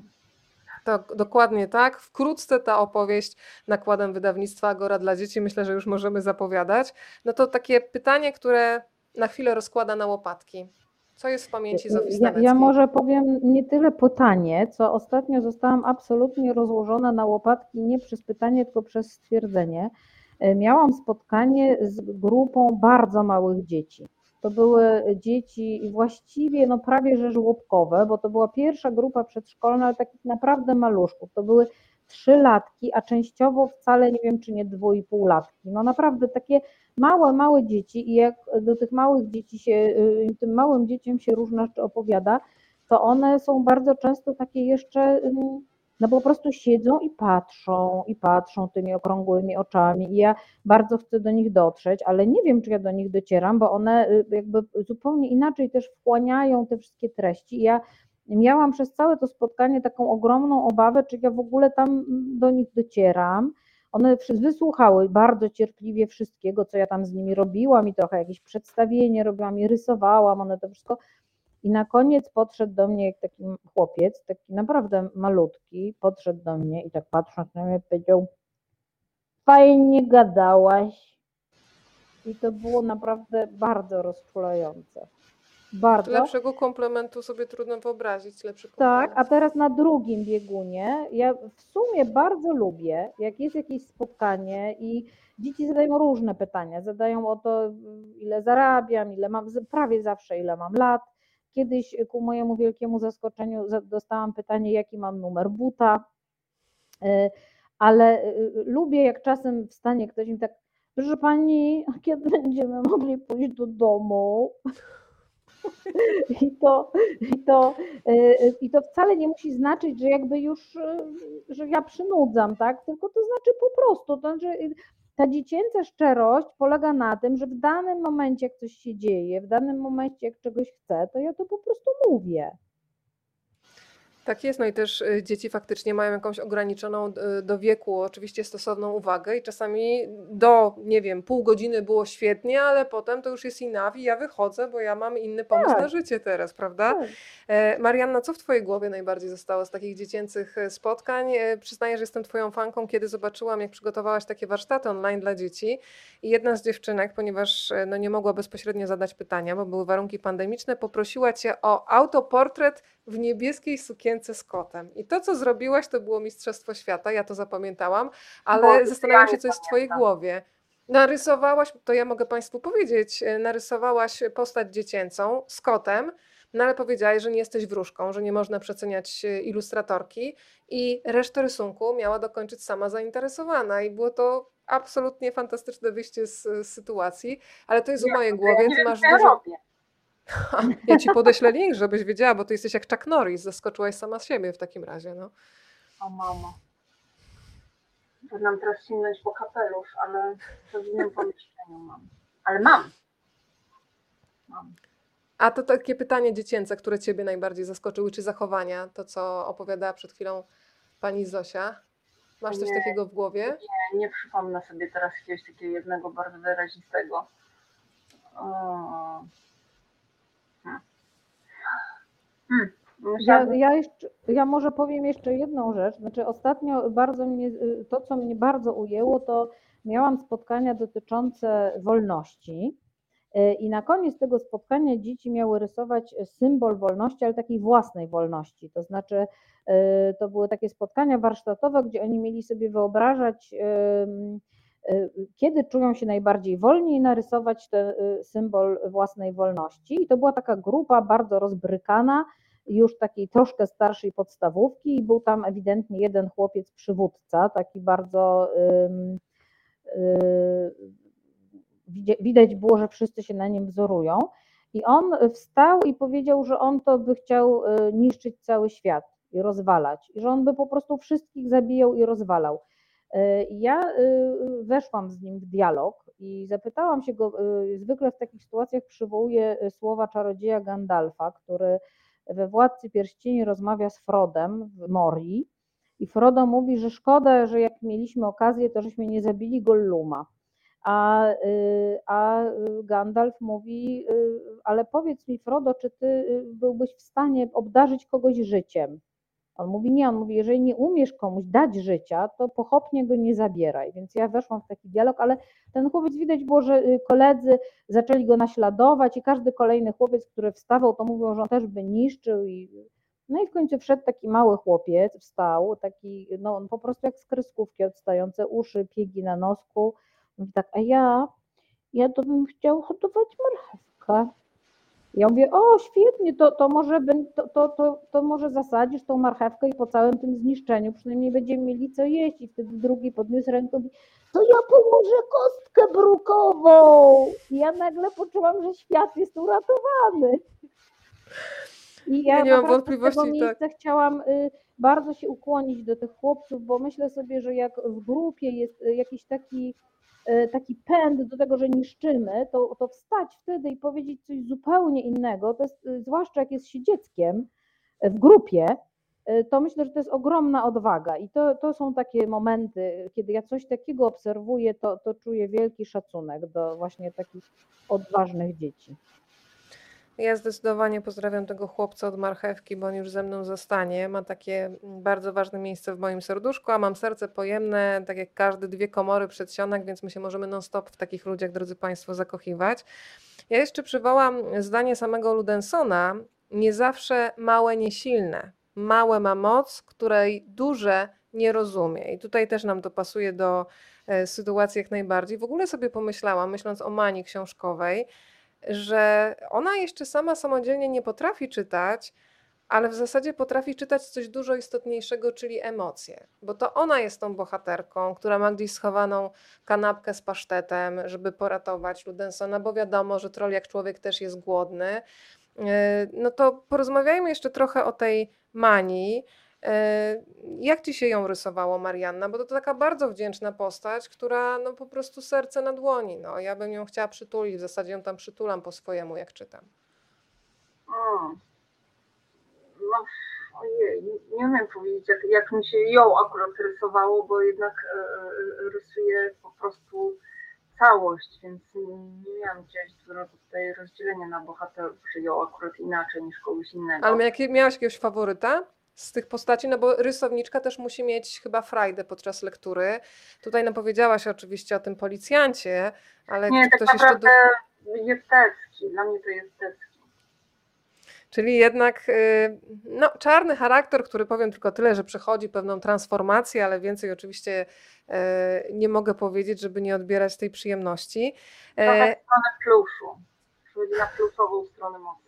Tak, dokładnie tak. Wkrótce ta opowieść nakładem wydawnictwa Agora dla dzieci, myślę, że już możemy zapowiadać. No to takie pytanie, które na chwilę rozkłada na łopatki. Co jest w pamięci Zofii Staneckiej? Ja, ja może powiem nie tyle pytanie, co ostatnio zostałam absolutnie rozłożona na łopatki nie przez pytanie, tylko przez stwierdzenie. Miałam spotkanie z grupą bardzo małych dzieci. To były dzieci właściwie no prawie że żłobkowe, bo to była pierwsza grupa przedszkolna, ale takich naprawdę maluszków. To były trzylatki, a częściowo wcale nie wiem, czy nie dwu i pół latki. No naprawdę takie małe, małe dzieci i jak do tych małych dzieci się, tym małym dzieciom się różne rzeczy opowiada, to one są bardzo często takie jeszcze, no po prostu siedzą i patrzą, i patrzą tymi okrągłymi oczami i ja bardzo chcę do nich dotrzeć, ale nie wiem, czy ja do nich docieram, bo one jakby zupełnie inaczej też wchłaniają te wszystkie treści. I ja miałam przez całe to spotkanie taką ogromną obawę, czy ja w ogóle tam do nich docieram. One wysłuchały bardzo cierpliwie wszystkiego, co ja tam z nimi robiłam i trochę jakieś przedstawienie robiłam i rysowałam, one to wszystko. I na koniec podszedł do mnie taki chłopiec, taki naprawdę malutki, podszedł do mnie i tak patrząc na mnie powiedział: fajnie gadałaś. I to było naprawdę bardzo rozczulające. Bardzo. Lepszego komplementu sobie trudno wyobrazić. Lepszy komplement. Tak, a teraz na drugim biegunie, ja w sumie bardzo lubię, jak jest jakieś spotkanie i dzieci zadają różne pytania. Zadają o to, ile zarabiam, ile mam, prawie zawsze ile mam lat. Kiedyś ku mojemu wielkiemu zaskoczeniu dostałam pytanie, jaki mam numer buta, ale lubię, jak czasem wstanie ktoś i tak: proszę pani, kiedy będziemy mogli pójść do domu? I to, i, to, I to wcale nie musi znaczyć, że jakby już, że ja przynudzam, tak? Tylko to znaczy po prostu, to znaczy ta dziecięca szczerość polega na tym, że w danym momencie, jak coś się dzieje, w danym momencie, jak czegoś chcę, to ja to po prostu mówię. Tak jest, no i też y, dzieci faktycznie mają jakąś ograniczoną y, do wieku, oczywiście stosowną uwagę i czasami do, nie wiem, pół godziny było świetnie, ale potem to już jest inawi, ja wychodzę, bo ja mam inny pomysł na Tak, życie teraz, prawda? tak. E, Marianna, co w Twojej głowie najbardziej zostało z takich dziecięcych e, spotkań? E, Przyznaję, że jestem Twoją fanką, kiedy zobaczyłam, jak przygotowałaś takie warsztaty online dla dzieci i jedna z dziewczynek, ponieważ e, no, nie mogła bezpośrednio zadać pytania, bo były warunki pandemiczne, poprosiła Cię o autoportret w niebieskiej sukience z kotem. I to, co zrobiłaś, to było Mistrzostwo Świata, ja to zapamiętałam, ale Boże, to ja zastanawiam się, nie co jest w Twojej pamiętam. głowie. Narysowałaś, to ja mogę Państwu powiedzieć, e, narysowałaś postać dziecięcą z kotem, no ale powiedziałaś, że nie jesteś wróżką, że nie można przeceniać e, ilustratorki i resztę rysunku miała dokończyć sama zainteresowana i było to absolutnie fantastyczne wyjście z, z sytuacji, ale to jest w Nie, mojej to ja głowie, nie ty wiem, masz co ja dużo... robię. Ja ci podeślę link, żebyś wiedziała, bo ty jesteś jak Chuck Norris, zaskoczyłaś sama siebie w takim razie, no. O mamo. Zaczynam teraz sięgnąć po kapelusz, ale to w innym pomieszczeniu mam. Ale mam. Mam. A to takie pytanie dziecięce, które ciebie najbardziej zaskoczyły, czy zachowania, to co opowiadała przed chwilą pani Zosia? Masz coś Nie. takiego w głowie? Nie, nie przypomnę sobie teraz jakiegoś takiego jednego bardzo wyrazistego. O. Hmm. Hmm. Ja, Musiałabym... ja, jeszcze, ja może powiem jeszcze jedną rzecz. Znaczy ostatnio bardzo mnie, to co mnie bardzo ujęło, to miałam spotkania dotyczące wolności y, i na koniec tego spotkania dzieci miały rysować symbol wolności, ale takiej własnej wolności. To znaczy y, to były takie spotkania warsztatowe, gdzie oni mieli sobie wyobrażać, y, y, kiedy czują się najbardziej wolni i narysować ten y, symbol własnej wolności. I to była taka grupa bardzo rozbrykana, już takiej troszkę starszej podstawówki i był tam ewidentnie jeden chłopiec przywódca, taki bardzo ym, yy, widać było, że wszyscy się na nim wzorują i on wstał i powiedział, że on to by chciał y, niszczyć cały świat i rozwalać i że on by po prostu wszystkich zabijał i rozwalał. Y, Ja y, weszłam z nim w dialog i zapytałam się go, y, zwykle w takich sytuacjach przywołuję słowa czarodzieja Gandalfa, który we Władcy Pierścieni rozmawia z Frodem w Morii i Frodo mówi, że szkoda, że jak mieliśmy okazję, to żeśmy nie zabili Golluma. A, a Gandalf mówi, ale powiedz mi Frodo, czy ty byłbyś w stanie obdarzyć kogoś życiem? On mówi nie, on mówi, jeżeli nie umiesz komuś dać życia, to pochopnie go nie zabieraj. Więc ja weszłam w taki dialog, ale ten chłopiec widać było, że koledzy zaczęli go naśladować i każdy kolejny chłopiec, który wstawał, to mówią, że on też by niszczył. I... No i w końcu wszedł taki mały chłopiec, wstał, taki, no on po prostu jak z kreskówki, odstające uszy, piegi na nosku. Mówi tak, a ja, ja to bym chciał hodować marchewkę. Ja mówię, o świetnie, to, to, może, to, to, to, to może zasadzisz tą marchewkę i po całym tym zniszczeniu przynajmniej będziemy mieli co jeść. I wtedy drugi podniósł rękę i mówi, to ja położę kostkę brukową. I ja nagle poczułam, że świat jest uratowany. I ja, Ja nie mam naprawdę z tego wątpliwości, miejsca tak. chciałam y, bardzo się ukłonić do tych chłopców, bo myślę sobie, że jak w grupie jest y, jakiś taki y, taki pęd do tego, że niszczymy, to, to wstać wtedy i powiedzieć coś zupełnie innego, to jest, y, zwłaszcza jak jest się dzieckiem y, w grupie, y, to myślę, że to jest ogromna odwaga i to, to są takie momenty, kiedy ja coś takiego obserwuję, to, to czuję wielki szacunek do właśnie takich odważnych dzieci. Ja zdecydowanie pozdrawiam tego chłopca od marchewki, bo on już ze mną zostanie. Ma takie bardzo ważne miejsce w moim serduszku, a mam serce pojemne, tak jak każdy, dwie komory przedsionek, więc my się możemy non-stop w takich ludziach, drodzy Państwo, zakochiwać. Ja jeszcze przywołam zdanie samego Ludensona. Nie zawsze małe, niesilne. Małe ma moc, której duże nie rozumie. I tutaj też nam to pasuje do e, sytuacji jak najbardziej. W ogóle sobie pomyślałam, myśląc o Mani książkowej, że ona jeszcze sama samodzielnie nie potrafi czytać, ale w zasadzie potrafi czytać coś dużo istotniejszego, czyli emocje. Bo to ona jest tą bohaterką, która ma gdzieś schowaną kanapkę z pasztetem, żeby poratować Ludensona, bo wiadomo, że troll jak człowiek też jest głodny. No to porozmawiajmy jeszcze trochę o tej Mani. Jak ci się ją rysowało, Marianna? Bo to taka bardzo wdzięczna postać, która no po prostu serce na dłoni. No, ja bym ją chciała przytulić, w zasadzie ją tam przytulam po swojemu, jak czytam. Mm. No, Ojej, nie nie umiem powiedzieć, jak, jak mi się ją akurat rysowało, bo jednak e, e, rysuję po prostu całość, więc nie, nie miałam gdzieś tutaj rozdzielenia na bohaterów, że ją akurat inaczej niż kogoś Ale innego. jakie, miałaś jakiegoś faworyta z tych postaci? No bo rysowniczka też musi mieć chyba frajdę podczas lektury. Tutaj napowiedziałaś oczywiście o tym policjancie, ale Nie, czy tak ktoś jeszcze... Do... naprawdę Justecki, dla mnie to Justecki. Czyli jednak y, no, czarny charakter, który powiem tylko tyle, że przechodzi pewną transformację, ale więcej oczywiście y, nie mogę powiedzieć, żeby nie odbierać tej przyjemności. Trochę E, w stronę pluszu. Przychodzi na pluszową stronę mocy.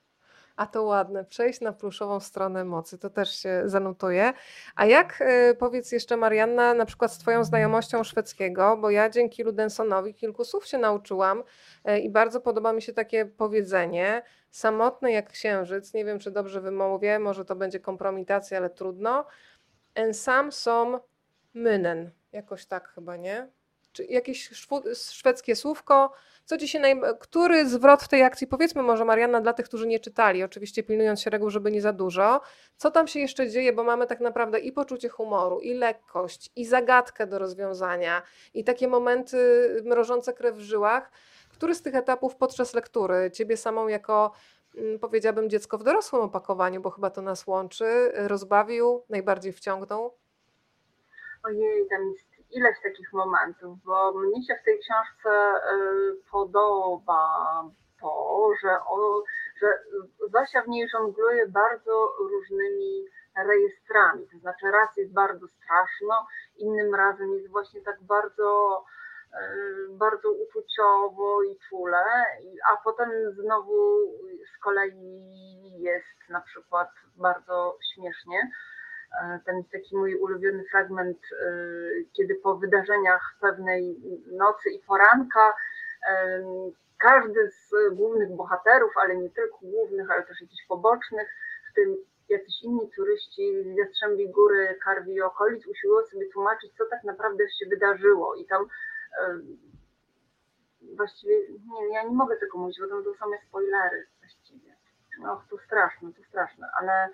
A to ładne, przejść na pluszową stronę mocy, to też się zanotuje. A jak, y, powiedz jeszcze Marianna, na przykład z Twoją znajomością szwedzkiego, bo ja dzięki Ludensonowi kilku słów się nauczyłam y, i bardzo podoba mi się takie powiedzenie, samotny jak księżyc, nie wiem czy dobrze wymówię, może to będzie kompromitacja, ale trudno, ensam som mynen, jakoś tak chyba, nie? Czy jakieś szwu- szwedzkie słówko, co ci się naj... Który zwrot w tej akcji, powiedzmy może Marianna dla tych, którzy nie czytali, oczywiście pilnując się reguł, żeby nie za dużo, co tam się jeszcze dzieje, bo mamy tak naprawdę i poczucie humoru, i lekkość, i zagadkę do rozwiązania, i takie momenty mrożące krew w żyłach. Który z tych etapów podczas lektury ciebie samą jako, mm, powiedziałabym, dziecko w dorosłym opakowaniu, bo chyba to nas łączy, rozbawił, najbardziej wciągnął? Ojej, tam jest ileś takich momentów, bo mnie się w tej książce y, podoba to, że, o, że Zosia w niej żongluje bardzo różnymi rejestrami. To znaczy raz jest bardzo straszno, innym razem jest właśnie tak bardzo, y, bardzo uczuciowo i czule, i- a potem znowu z kolei jest na przykład bardzo śmiesznie. Ten jest taki mój ulubiony fragment, kiedy po wydarzeniach pewnej nocy i poranka każdy z głównych bohaterów, ale nie tylko głównych, ale też jakichś pobocznych, w tym jacyś inni turyści z Jastrzębiej Góry, Karwi i okolic, usiłują sobie tłumaczyć, co tak naprawdę się wydarzyło. I tam właściwie, nie, ja nie mogę tego mówić, bo to są same spoilery właściwie. Och, to straszne, to straszne, ale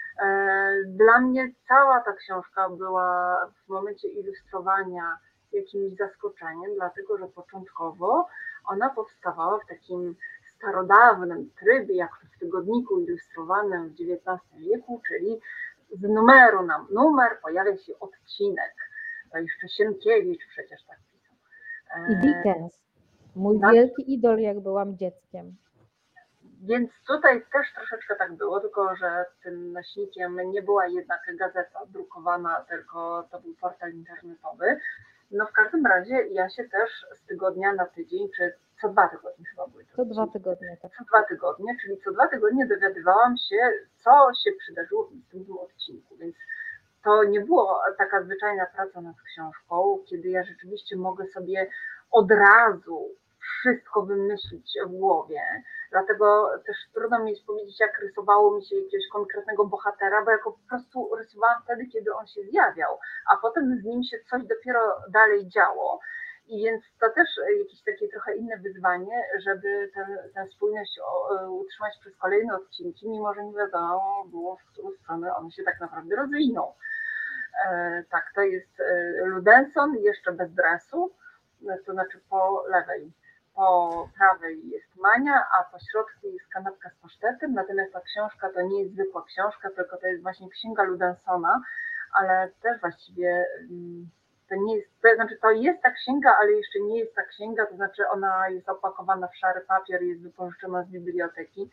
dla mnie cała ta książka była w momencie ilustrowania jakimś zaskoczeniem, dlatego że początkowo ona powstawała w takim starodawnym trybie, jak to w tygodniku ilustrowanym w dziewiętnastym wieku, czyli z numeru na numer pojawia się odcinek. To jeszcze Sienkiewicz przecież tak pisał. I Dickens, mój Tak. wielki idol, jak byłam dzieckiem. Więc tutaj też troszeczkę tak było, tylko że tym nośnikiem nie była jednak gazeta drukowana, tylko to był portal internetowy. No w każdym razie ja się też z tygodnia na tydzień, czy co dwa tygodnie chyba były. Co dwa tygodnie, tak. Co dwa tygodnie, czyli co dwa tygodnie dowiadywałam się, co się przydarzyło w następnym odcinku, więc to nie było taka zwyczajna praca nad książką, kiedy ja rzeczywiście mogę sobie od razu wszystko wymyślić w głowie. Dlatego też trudno mi jest powiedzieć, jak rysowało mi się jakiegoś konkretnego bohatera, bo ja go po prostu rysowałam wtedy, kiedy on się zjawiał, a potem z nim się coś dopiero dalej działo. I więc to też jakieś takie trochę inne wyzwanie, żeby tę spójność utrzymać przez kolejne odcinki, mimo że nie wiadomo było, w którą stronę one się tak naprawdę rozwiną. Tak, to jest Ludenson, jeszcze bez dresu, to znaczy po lewej. Po prawej jest Mania, a po środku jest kanapka z pasztetem, natomiast ta książka to nie jest zwykła książka, tylko to jest właśnie księga Ludensona, ale też właściwie to nie jest, to znaczy to jest ta księga, ale jeszcze nie jest ta księga, to znaczy ona jest opakowana w szary papier, jest wypożyczona z biblioteki.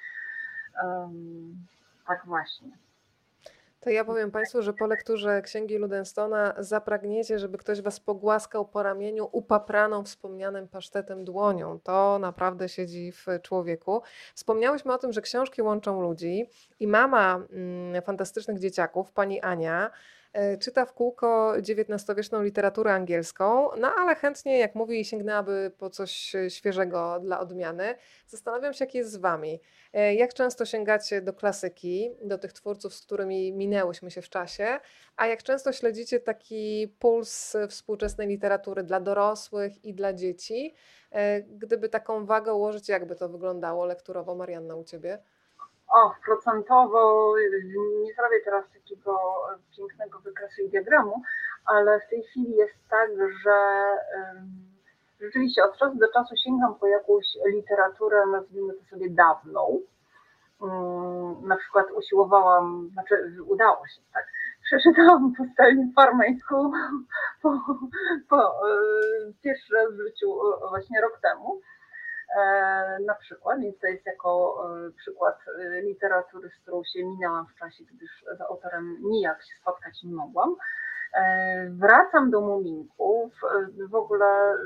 Um, tak właśnie. To ja powiem Państwu, że po lekturze księgi Ludenstona zapragniecie, żeby ktoś Was pogłaskał po ramieniu upapraną wspomnianym pasztetem dłonią. To naprawdę siedzi w człowieku. Wspomniałyśmy o tym, że książki łączą ludzi i mama mm, fantastycznych dzieciaków, pani Ania, czyta w kółko dziewiętnastowieczną literaturę angielską, no ale chętnie, jak mówi, sięgnęłaby po coś świeżego dla odmiany. Zastanawiam się, jak jest z Wami. Jak często sięgacie do klasyki, do tych twórców, z którymi minęłyśmy się w czasie, a jak często śledzicie taki puls współczesnej literatury dla dorosłych i dla dzieci? Gdyby taką wagę ułożyć, jak by to wyglądało lekturowo, Marianna, u Ciebie? O, procentowo nie zrobię teraz takiego pięknego wykresu i diagramu, ale w tej chwili jest tak, że rzeczywiście od czasu do czasu sięgam po jakąś literaturę, nazwijmy to sobie dawną. Na przykład usiłowałam, znaczy udało się, tak, przeczytałam Pustelnię Parmeńską po, po, pierwszy raz w życiu właśnie rok temu. Na przykład, więc to jest jako przykład literatury, z którą się minęłam w czasie, gdyż z autorem nijak się spotkać nie mogłam. Wracam do Muminków, w ogóle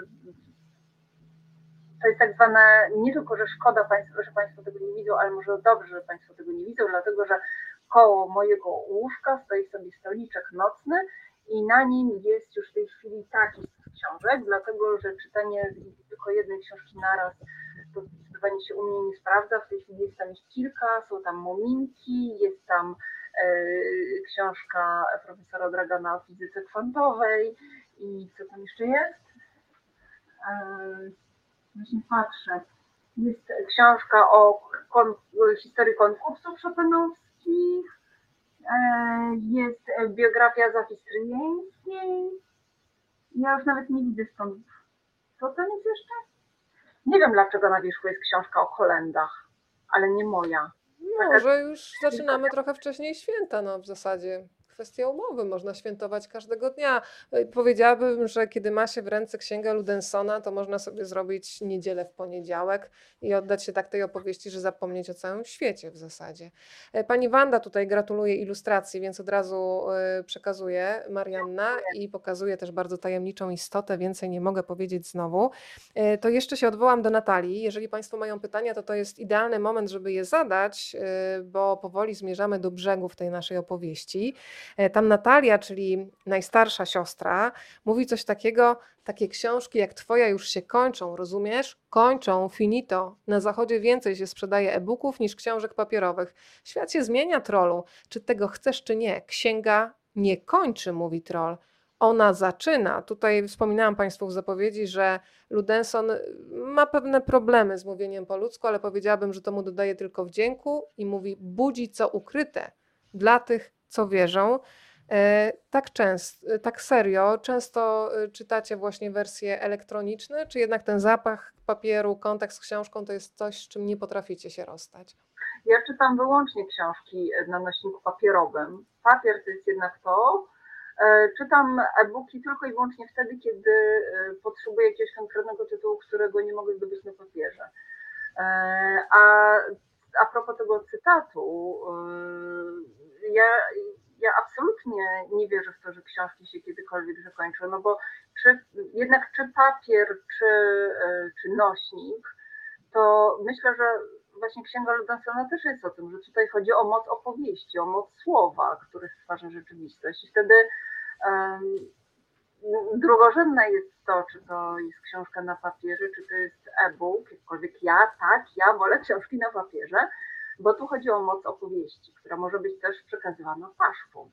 to jest tak zwane, nie tylko, że szkoda Państwu, że Państwo tego nie widzą, ale może dobrze, że Państwo tego nie widzą, dlatego że koło mojego łóżka stoi sobie stoliczek nocny i na nim jest już w tej chwili taki książek, dlatego że czytanie tylko jednej książki naraz to zdecydowanie się u mnie nie sprawdza. W tej chwili jest tam ich kilka, są tam Muminki, jest tam e, książka profesora Dragana o fizyce kwantowej i co tam jeszcze jest? E, właśnie patrzę. Jest książka o kon, historii konkursów chopinowskich, e, jest biografia Zofii Stryjeńskiej. Ja już nawet nie widzę stąd. Co tam jest jeszcze? Nie wiem, dlaczego na wierzchu jest książka o kolędach, ale nie moja. Może już zaczynamy trochę wcześniej święta, no w zasadzie. Kwestia umowy, można świętować każdego dnia. Powiedziałabym, że kiedy ma się w ręce księgę Ludensona, to można sobie zrobić niedzielę w poniedziałek i oddać się tak tej opowieści, że zapomnieć o całym świecie w zasadzie. Pani Wanda tutaj gratuluje ilustracji, więc od razu przekazuję Marianna i pokazuje też bardzo tajemniczą istotę, więcej nie mogę powiedzieć znowu. To jeszcze się odwołam do Natalii. Jeżeli Państwo mają pytania, to to jest idealny moment, żeby je zadać, bo powoli zmierzamy do brzegu w tej naszej opowieści. Tam Natalia, czyli najstarsza siostra, mówi coś takiego, takie książki jak twoja już się kończą, rozumiesz? Kończą, finito. Na zachodzie więcej się sprzedaje e-booków niż książek papierowych. Świat się zmienia, trollu. Czy tego chcesz, czy nie? Księga nie kończy, mówi troll. Ona zaczyna. Tutaj wspominałam Państwu w zapowiedzi, że Ludenson ma pewne problemy z mówieniem po ludzku, ale powiedziałabym, że to mu dodaje tylko wdzięku i mówi budzi co ukryte dla tych, co wierzą. Tak często, tak serio, często czytacie właśnie wersje elektroniczne, czy jednak ten zapach papieru, kontakt z książką to jest coś, z czym nie potraficie się rozstać? Ja czytam wyłącznie książki na nośniku papierowym. Papier to jest jednak to. Czytam e-booki tylko i wyłącznie wtedy, kiedy potrzebuję jakiegoś konkretnego tytułu, którego nie mogę zdobyć na papierze. A, a propos tego cytatu, ja, ja absolutnie nie wierzę w to, że książki się kiedykolwiek zakończą, no bo czy, jednak czy papier, czy, czy nośnik, to myślę, że właśnie Księga Ludensona też jest o tym, że tutaj chodzi o moc opowieści, o moc słowa, które stwarza rzeczywistość i wtedy um, drugorzędne jest to, czy to jest książka na papierze, czy to jest e-book, jakkolwiek ja, tak, ja wolę książki na papierze, bo tu chodzi o moc opowieści, która może być też przekazywana paszką.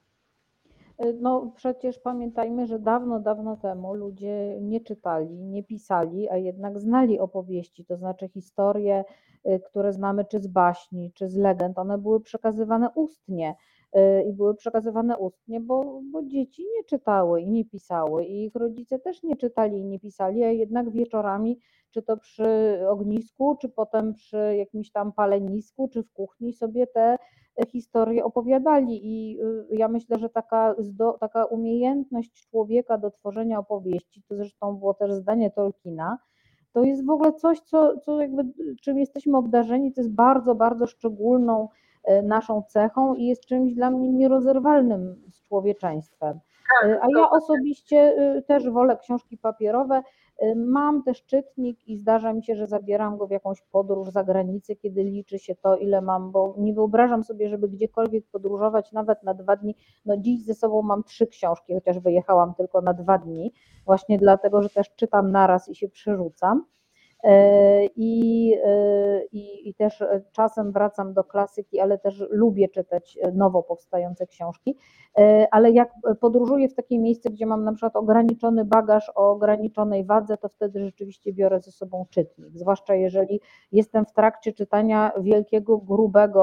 No przecież pamiętajmy, że dawno, dawno temu ludzie nie czytali, nie pisali, a jednak znali opowieści, to znaczy historie, które znamy czy z baśni, czy z legend, one były przekazywane ustnie i były przekazywane ustnie, bo, bo dzieci nie czytały i nie pisały i ich rodzice też nie czytali i nie pisali, a jednak wieczorami, czy to przy ognisku, czy potem przy jakimś tam palenisku, czy w kuchni sobie te historie opowiadali i ja myślę, że taka, taka umiejętność człowieka do tworzenia opowieści, to zresztą było też zdanie Tolkiena, to jest w ogóle coś, co, co jakby, czym jesteśmy obdarzeni, to jest bardzo, bardzo szczególną naszą cechą i jest czymś dla mnie nierozerwalnym z człowieczeństwem. A ja osobiście też wolę książki papierowe. Mam też czytnik i zdarza mi się, że zabieram go w jakąś podróż za granicę, kiedy liczy się to, ile mam, bo nie wyobrażam sobie, żeby gdziekolwiek podróżować nawet na dwa dni. No dziś ze sobą mam trzy książki, chociaż wyjechałam tylko na dwa dni, właśnie dlatego, że też czytam naraz i się przerzucam. I, i, I też czasem wracam do klasyki, ale też lubię czytać nowo powstające książki, ale jak podróżuję w takie miejsce, gdzie mam na przykład ograniczony bagaż o ograniczonej wadze, to wtedy rzeczywiście biorę ze sobą czytnik, zwłaszcza jeżeli jestem w trakcie czytania wielkiego, grubego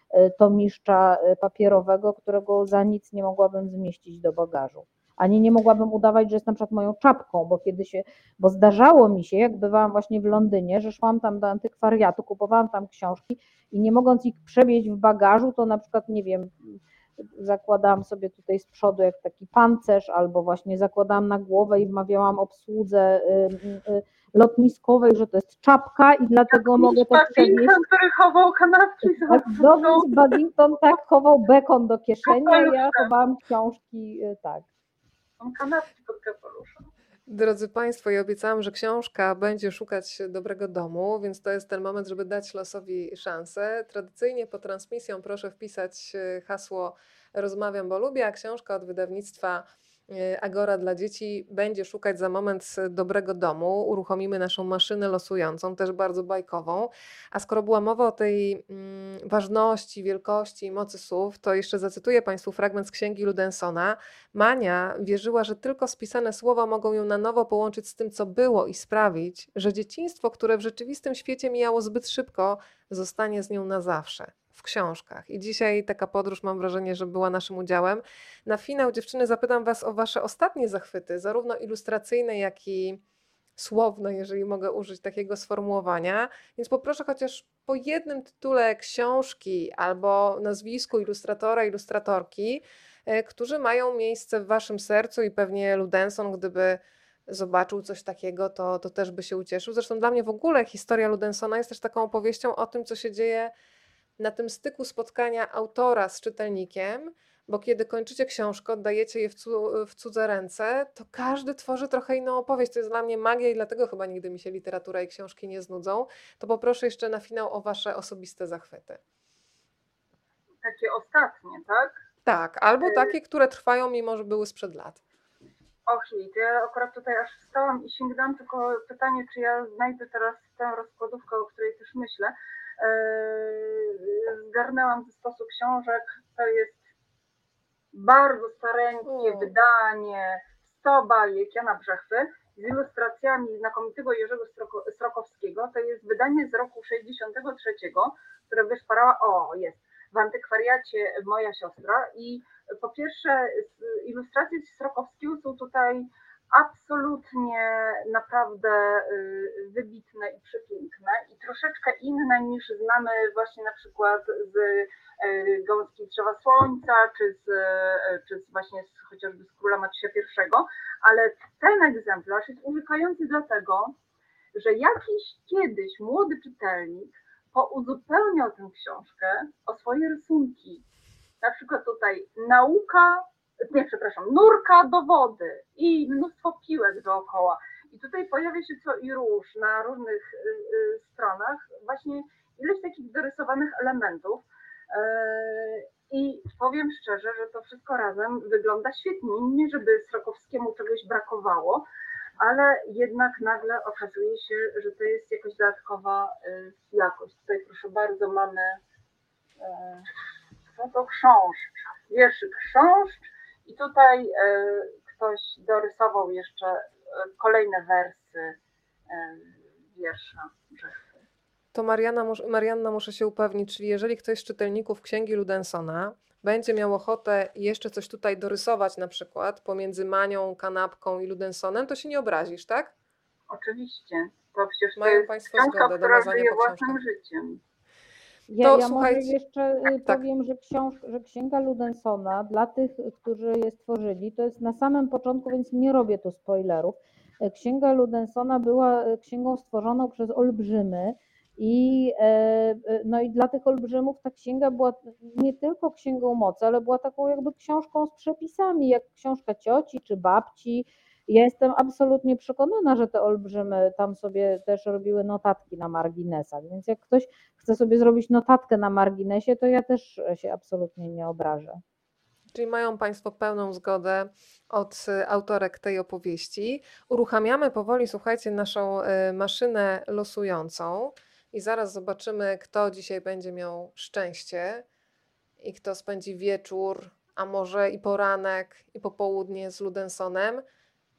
tomiszcza papierowego, którego za nic nie mogłabym zmieścić do bagażu. Ani nie mogłabym udawać, że jest na przykład moją czapką, bo kiedy się, bo zdarzało mi się, jak bywałam właśnie w Londynie, że szłam tam do antykwariatu, kupowałam tam książki i nie mogąc ich przewieźć w bagażu, to na przykład, nie wiem, zakładałam sobie tutaj z przodu jak taki pancerz, albo właśnie zakładałam na głowę i wmawiałam obsłudze lotniskowej, że to jest czapka i dlatego jak mogę to przewieźć. Paddington, który chował kanapki za Tak, Dominik Paddington tak chował bekon do kieszeni, a kapelusz, ja tak. chowałam książki, tak. Mam kanapki pod kapeluszem. Drodzy Państwo, ja obiecałam, że książka będzie szukać dobrego domu, więc to jest ten moment, żeby dać losowi szansę. Tradycyjnie po transmisją proszę wpisać hasło Rozmawiam, bo lubię, a książka od wydawnictwa Agora dla dzieci będzie szukać za moment dobrego domu. Uruchomimy naszą maszynę losującą, też bardzo bajkową. A skoro była mowa o tej mm, ważności, wielkości i mocy słów, to jeszcze zacytuję Państwu fragment z księgi Ludensona. Mania wierzyła, że tylko spisane słowa mogą ją na nowo połączyć z tym, co było i sprawić, że dzieciństwo, które w rzeczywistym świecie mijało zbyt szybko, zostanie z nią na zawsze. W książkach. I dzisiaj taka podróż, mam wrażenie, że była naszym udziałem. Na finał, dziewczyny, zapytam Was o Wasze ostatnie zachwyty, zarówno ilustracyjne, jak i słowne, jeżeli mogę użyć takiego sformułowania. Więc poproszę chociaż po jednym tytule książki albo nazwisku ilustratora, ilustratorki, którzy mają miejsce w Waszym sercu i pewnie Ludenson, gdyby zobaczył coś takiego, to, to też by się ucieszył. Zresztą dla mnie w ogóle historia Ludensona jest też taką opowieścią o tym, co się dzieje na tym styku spotkania autora z czytelnikiem, bo kiedy kończycie książkę, oddajecie je w, cu- w cudze ręce, to każdy tworzy trochę inną opowieść. To jest dla mnie magia i dlatego chyba nigdy mi się literatura i książki nie znudzą. To poproszę jeszcze na finał o Wasze osobiste zachwyty. Takie ostatnie, tak? Tak, albo takie, które trwają, mimo że były sprzed lat. Och, to ja akurat tutaj aż wstałam i sięgnęłam, tylko pytanie, czy ja znajdę teraz tę rozkładówkę, o której też myślę. Zgarnęłam ze stosu książek, to jest bardzo stareńkie wydanie, sto bajek Jana Brzechwy z ilustracjami znakomitego Jerzego Strokowskiego. To jest wydanie z roku sześćdziesiątego trzeciego, które wyszparała, o jest, w antykwariacie moja siostra. I po pierwsze ilustracje Strokowskiego są tutaj absolutnie naprawdę wybitne i przepiękne i troszeczkę inne niż znamy właśnie na przykład z Gałązki Drzewa Słońca, czy z, czy z właśnie z, chociażby z Króla Maciusia pierwszego, ale ten egzemplarz jest urzekający dlatego, że jakiś kiedyś młody czytelnik pouzupełniał tę książkę o swoje rysunki. Na przykład tutaj nauka, nie przepraszam, nurka do wody i mnóstwo piłek dookoła. I tutaj pojawia się co i róż na różnych y, y, stronach właśnie ileś takich dorysowanych elementów. Yy, I powiem szczerze, że to wszystko razem wygląda świetnie. Nie żeby Strokowskiemu czegoś brakowało, ale jednak nagle okazuje się, że to jest jakaś dodatkowa y, jakość. Tutaj proszę bardzo mamy y, co to chrząszcz, wierszyk chrząszcz. I tutaj y, ktoś dorysował jeszcze y, kolejne wersy y, wiersza Brzechwy. To Marianna, Marianna, muszę się upewnić, czyli jeżeli ktoś z czytelników księgi Ludensona będzie miał ochotę jeszcze coś tutaj dorysować na przykład pomiędzy Manią, Kanapką i Ludensonem, to się nie obrazisz, tak? Oczywiście. To przecież Mają to jest Państwo książka, zgodę do która mazania żyje po własnym książkach. życiem. Ja, To ja słuchajcie- może jeszcze y, tak. powiem, że, książ, że Księga Ludensona dla tych, którzy je stworzyli, to jest na samym początku, więc nie robię tu spoilerów. Y, Księga Ludensona była y, księgą stworzoną przez olbrzymy i, e, y, no i dla tych olbrzymów ta księga była nie tylko księgą mocy, ale była taką jakby książką z przepisami, jak książka cioci czy babci. Ja jestem absolutnie przekonana, że te olbrzymy tam sobie też robiły notatki na marginesach, więc jak ktoś chce sobie zrobić notatkę na marginesie, to ja też się absolutnie nie obrażę. Czyli mają Państwo pełną zgodę od autorek tej opowieści. Uruchamiamy powoli, słuchajcie, naszą y, maszynę losującą i zaraz zobaczymy, kto dzisiaj będzie miał szczęście i kto spędzi wieczór, a może i poranek, i popołudnie z Ludensonem.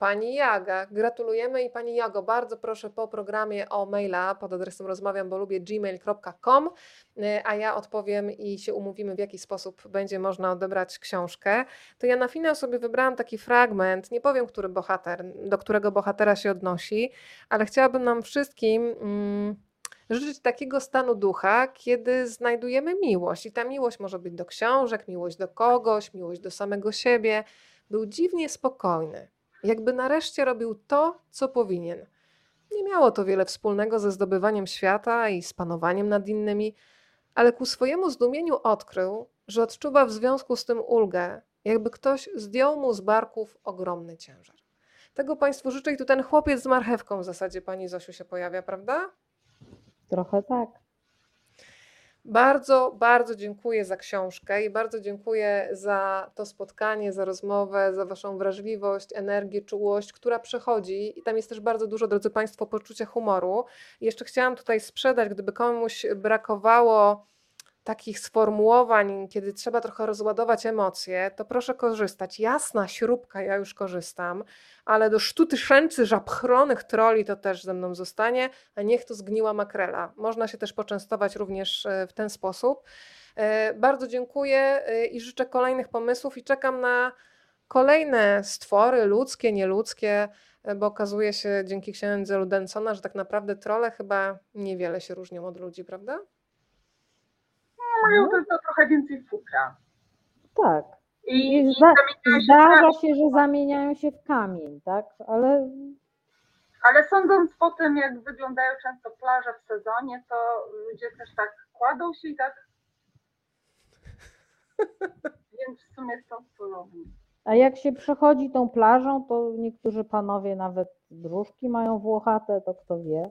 Pani Jaga. Gratulujemy i Pani Jago, bardzo proszę po programie o maila pod adresem rozmawiam, bo lubię gmail kropka com, a ja odpowiem i się umówimy, w jaki sposób będzie można odebrać książkę. To ja na finał sobie wybrałam taki fragment, nie powiem, który bohater, do którego bohatera się odnosi, ale chciałabym nam wszystkim mm, życzyć takiego stanu ducha, kiedy znajdujemy miłość. I ta miłość może być do książek, miłość do kogoś, miłość do samego siebie. Był dziwnie spokojny. Jakby nareszcie robił to, co powinien. Nie miało to wiele wspólnego ze zdobywaniem świata i z panowaniem nad innymi, ale ku swojemu zdumieniu odkrył, że odczuwa w związku z tym ulgę, jakby ktoś zdjął mu z barków ogromny ciężar. Tego Państwu życzę i tu ten chłopiec z marchewką w zasadzie, Pani Zosiu, się pojawia, prawda? Trochę tak. Bardzo, bardzo dziękuję za książkę i bardzo dziękuję za to spotkanie, za rozmowę, za Waszą wrażliwość, energię, czułość, która przechodzi i tam jest też bardzo dużo, drodzy Państwo, poczucia humoru. I jeszcze chciałam tutaj sprzedać, gdyby komuś brakowało takich sformułowań, kiedy trzeba trochę rozładować emocje, to proszę korzystać. Jasna śrubka, ja już korzystam, ale do stu tysięcy żabchronych troli to też ze mną zostanie, a niech to zgniła makrela. Można się też poczęstować również w ten sposób. Bardzo dziękuję i życzę kolejnych pomysłów i czekam na kolejne stwory, ludzkie, nieludzkie, bo okazuje się dzięki księdze Ludensona, że tak naprawdę trole chyba niewiele się różnią od ludzi, prawda? Mają tylko trochę więcej futra. Tak. I, I i zda, zamieniają się zdarza w się, że zamieniają się w kamień, tak? Ale Ale sądząc po tym, jak wyglądają często plaże w sezonie, to ludzie też tak kładą się i tak. Więc w sumie są cudowni. a jak się przechodzi tą plażą, to niektórzy panowie nawet dróżki mają włochate, to kto wie.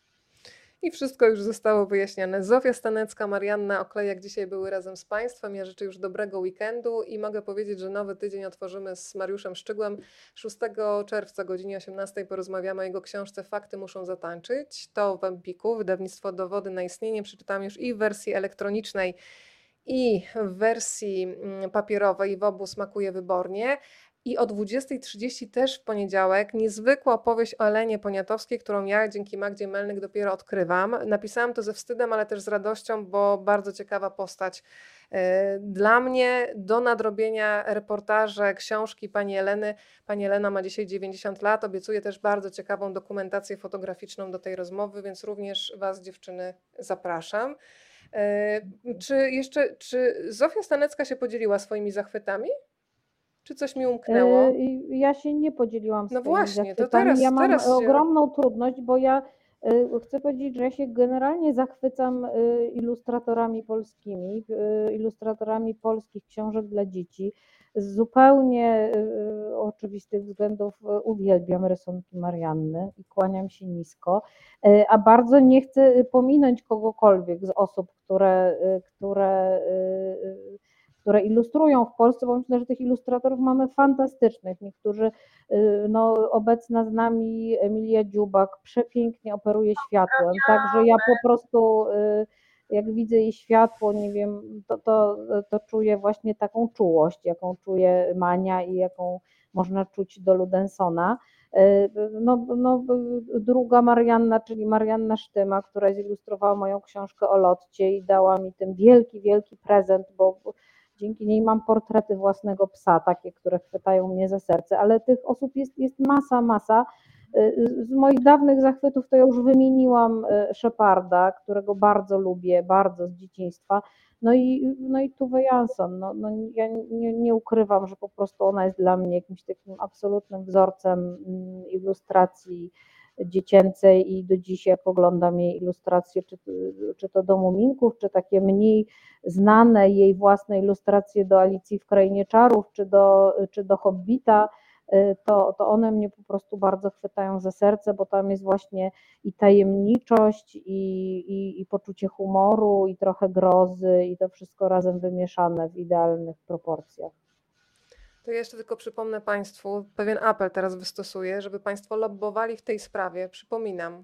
I wszystko już zostało wyjaśnione. Zofia Stanecka, Marianna Oklejak dzisiaj były razem z Państwem. Ja życzę już dobrego weekendu i mogę powiedzieć, że nowy tydzień otworzymy z Mariuszem Szczygłem. szóstego czerwca o godzinie osiemnastej porozmawiamy o jego książce Fakty muszą zatańczyć. To w Empiku, wydawnictwo Dowody na istnienie. Przeczytam już i w wersji elektronicznej, i w wersji papierowej. W obu smakuje wybornie. I o dwudziestej trzydzieści też w poniedziałek niezwykła opowieść o Elenie Poniatowskiej, którą ja dzięki Magdzie Melnyk dopiero odkrywam. Napisałam to ze wstydem, ale też z radością, bo bardzo ciekawa postać. Dla mnie do nadrobienia reportaże, książki pani Eleny. Pani Elena ma dzisiaj dziewięćdziesiąt lat, obiecuje też bardzo ciekawą dokumentację fotograficzną do tej rozmowy, więc również Was, dziewczyny, zapraszam. Czy jeszcze, czy Zofia Stanecka się podzieliła swoimi zachwytami? Czy coś mi umknęło? Ja się nie podzieliłam No swoimi właśnie, to zachwytami. teraz, Ja mam teraz się... ogromną trudność, bo ja chcę powiedzieć, że ja się generalnie zachwycam ilustratorami polskimi, ilustratorami polskich książek dla dzieci. Z zupełnie oczywistych względów uwielbiam rysunki Marianny i kłaniam się nisko, a bardzo nie chcę pominąć kogokolwiek z osób, które, które które ilustrują w Polsce, bo myślę, że tych ilustratorów mamy fantastycznych. Niektórzy, no obecna z nami Emilia Dziubak przepięknie operuje światłem, także ja po prostu jak widzę jej światło, nie wiem, to, to, to czuję właśnie taką czułość, jaką czuje Mania i jaką można czuć do Ludensona. No, no, druga Marianna, czyli Marianna Sztyma, która zilustrowała moją książkę o Lotcie i dała mi ten wielki, wielki prezent, bo dzięki niej mam portrety własnego psa, takie, które chwytają mnie za serce, ale tych osób jest, jest masa, masa. Z moich dawnych zachwytów to ja już wymieniłam Sheparda, którego bardzo lubię, bardzo z dzieciństwa. No i, no i Tove Jansson. No, no ja nie, nie ukrywam, że po prostu ona jest dla mnie jakimś takim absolutnym wzorcem ilustracji dziecięcej i do dziś jak oglądam jej ilustracje, czy, czy to do Muminków, czy takie mniej znane jej własne ilustracje do Alicji w Krainie Czarów, czy do, czy do Hobbita, to, to one mnie po prostu bardzo chwytają za serce, bo tam jest właśnie i tajemniczość, i, i, i poczucie humoru, i trochę grozy, i to wszystko razem wymieszane w idealnych proporcjach. To ja jeszcze tylko przypomnę Państwu, pewien apel teraz wystosuję, żeby Państwo lobbowali w tej sprawie. Przypominam,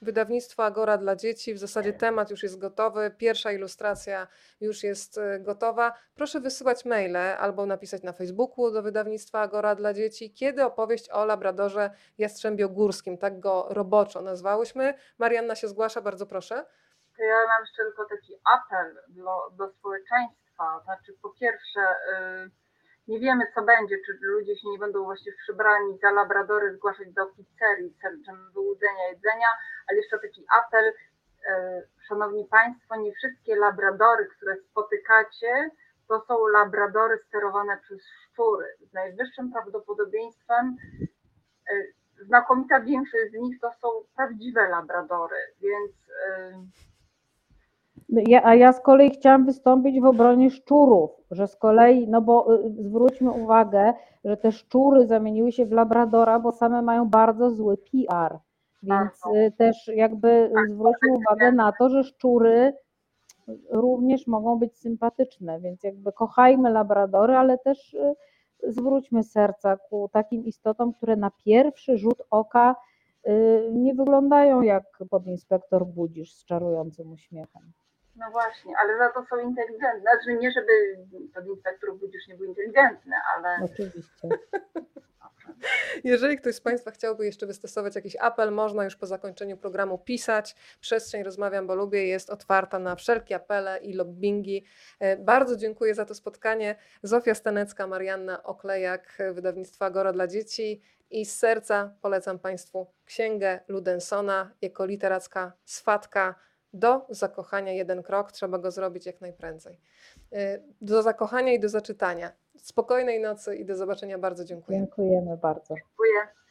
Wydawnictwo Agora dla dzieci. W zasadzie temat już jest gotowy, pierwsza ilustracja już jest y, gotowa. Proszę wysyłać maile albo napisać na Facebooku do Wydawnictwa Agora dla dzieci, kiedy opowieść o labradorze jastrzębiogórskim, tak go roboczo nazwałyśmy. Marianna się zgłasza, bardzo proszę. To ja mam jeszcze tylko taki apel do, do społeczeństwa. Znaczy, po pierwsze, yy, nie wiemy, co będzie, czy ludzie się nie będą właśnie przybrani za labradory zgłaszać do pizzerii celem wyłudzenia jedzenia, ale jeszcze taki apel, yy, szanowni państwo, nie wszystkie labradory, które spotykacie, to są labradory sterowane przez szczury. Z najwyższym prawdopodobieństwem yy, znakomita większość z nich to są prawdziwe labradory, więc yy, Ja, a ja z kolei chciałam wystąpić w obronie szczurów, że z kolei, no bo y, zwróćmy uwagę, że te szczury zamieniły się w labradora, bo same mają bardzo zły P R, więc y, też jakby y, zwróćmy uwagę na to, że szczury również mogą być sympatyczne, więc jakby kochajmy labradory, ale też y, zwróćmy serca ku takim istotom, które na pierwszy rzut oka y, nie wyglądają jak podinspektor Budzisz z czarującym uśmiechem. no właśnie, ale za to są inteligentne. Znaczy nie, żeby podinspektor Budzisz nie był inteligentny, ale Oczywiście. Jeżeli ktoś z Państwa chciałby jeszcze wystosować jakiś apel, można już po zakończeniu programu pisać. Przestrzeń Rozmawiam, bo lubię jest otwarta na wszelkie apele i lobbingi. E, Bardzo dziękuję za to spotkanie. Zofia Stanecka, Marianna Oklejak, wydawnictwa Agora dla dzieci. I z serca polecam Państwu księgę Ludensona jako literacka swatka. Do zakochania jeden krok, trzeba go zrobić jak najprędzej. E, Do zakochania i do zaczytania. Spokojnej nocy i do zobaczenia. Bardzo dziękuję. Dziękujemy bardzo. dziękuję.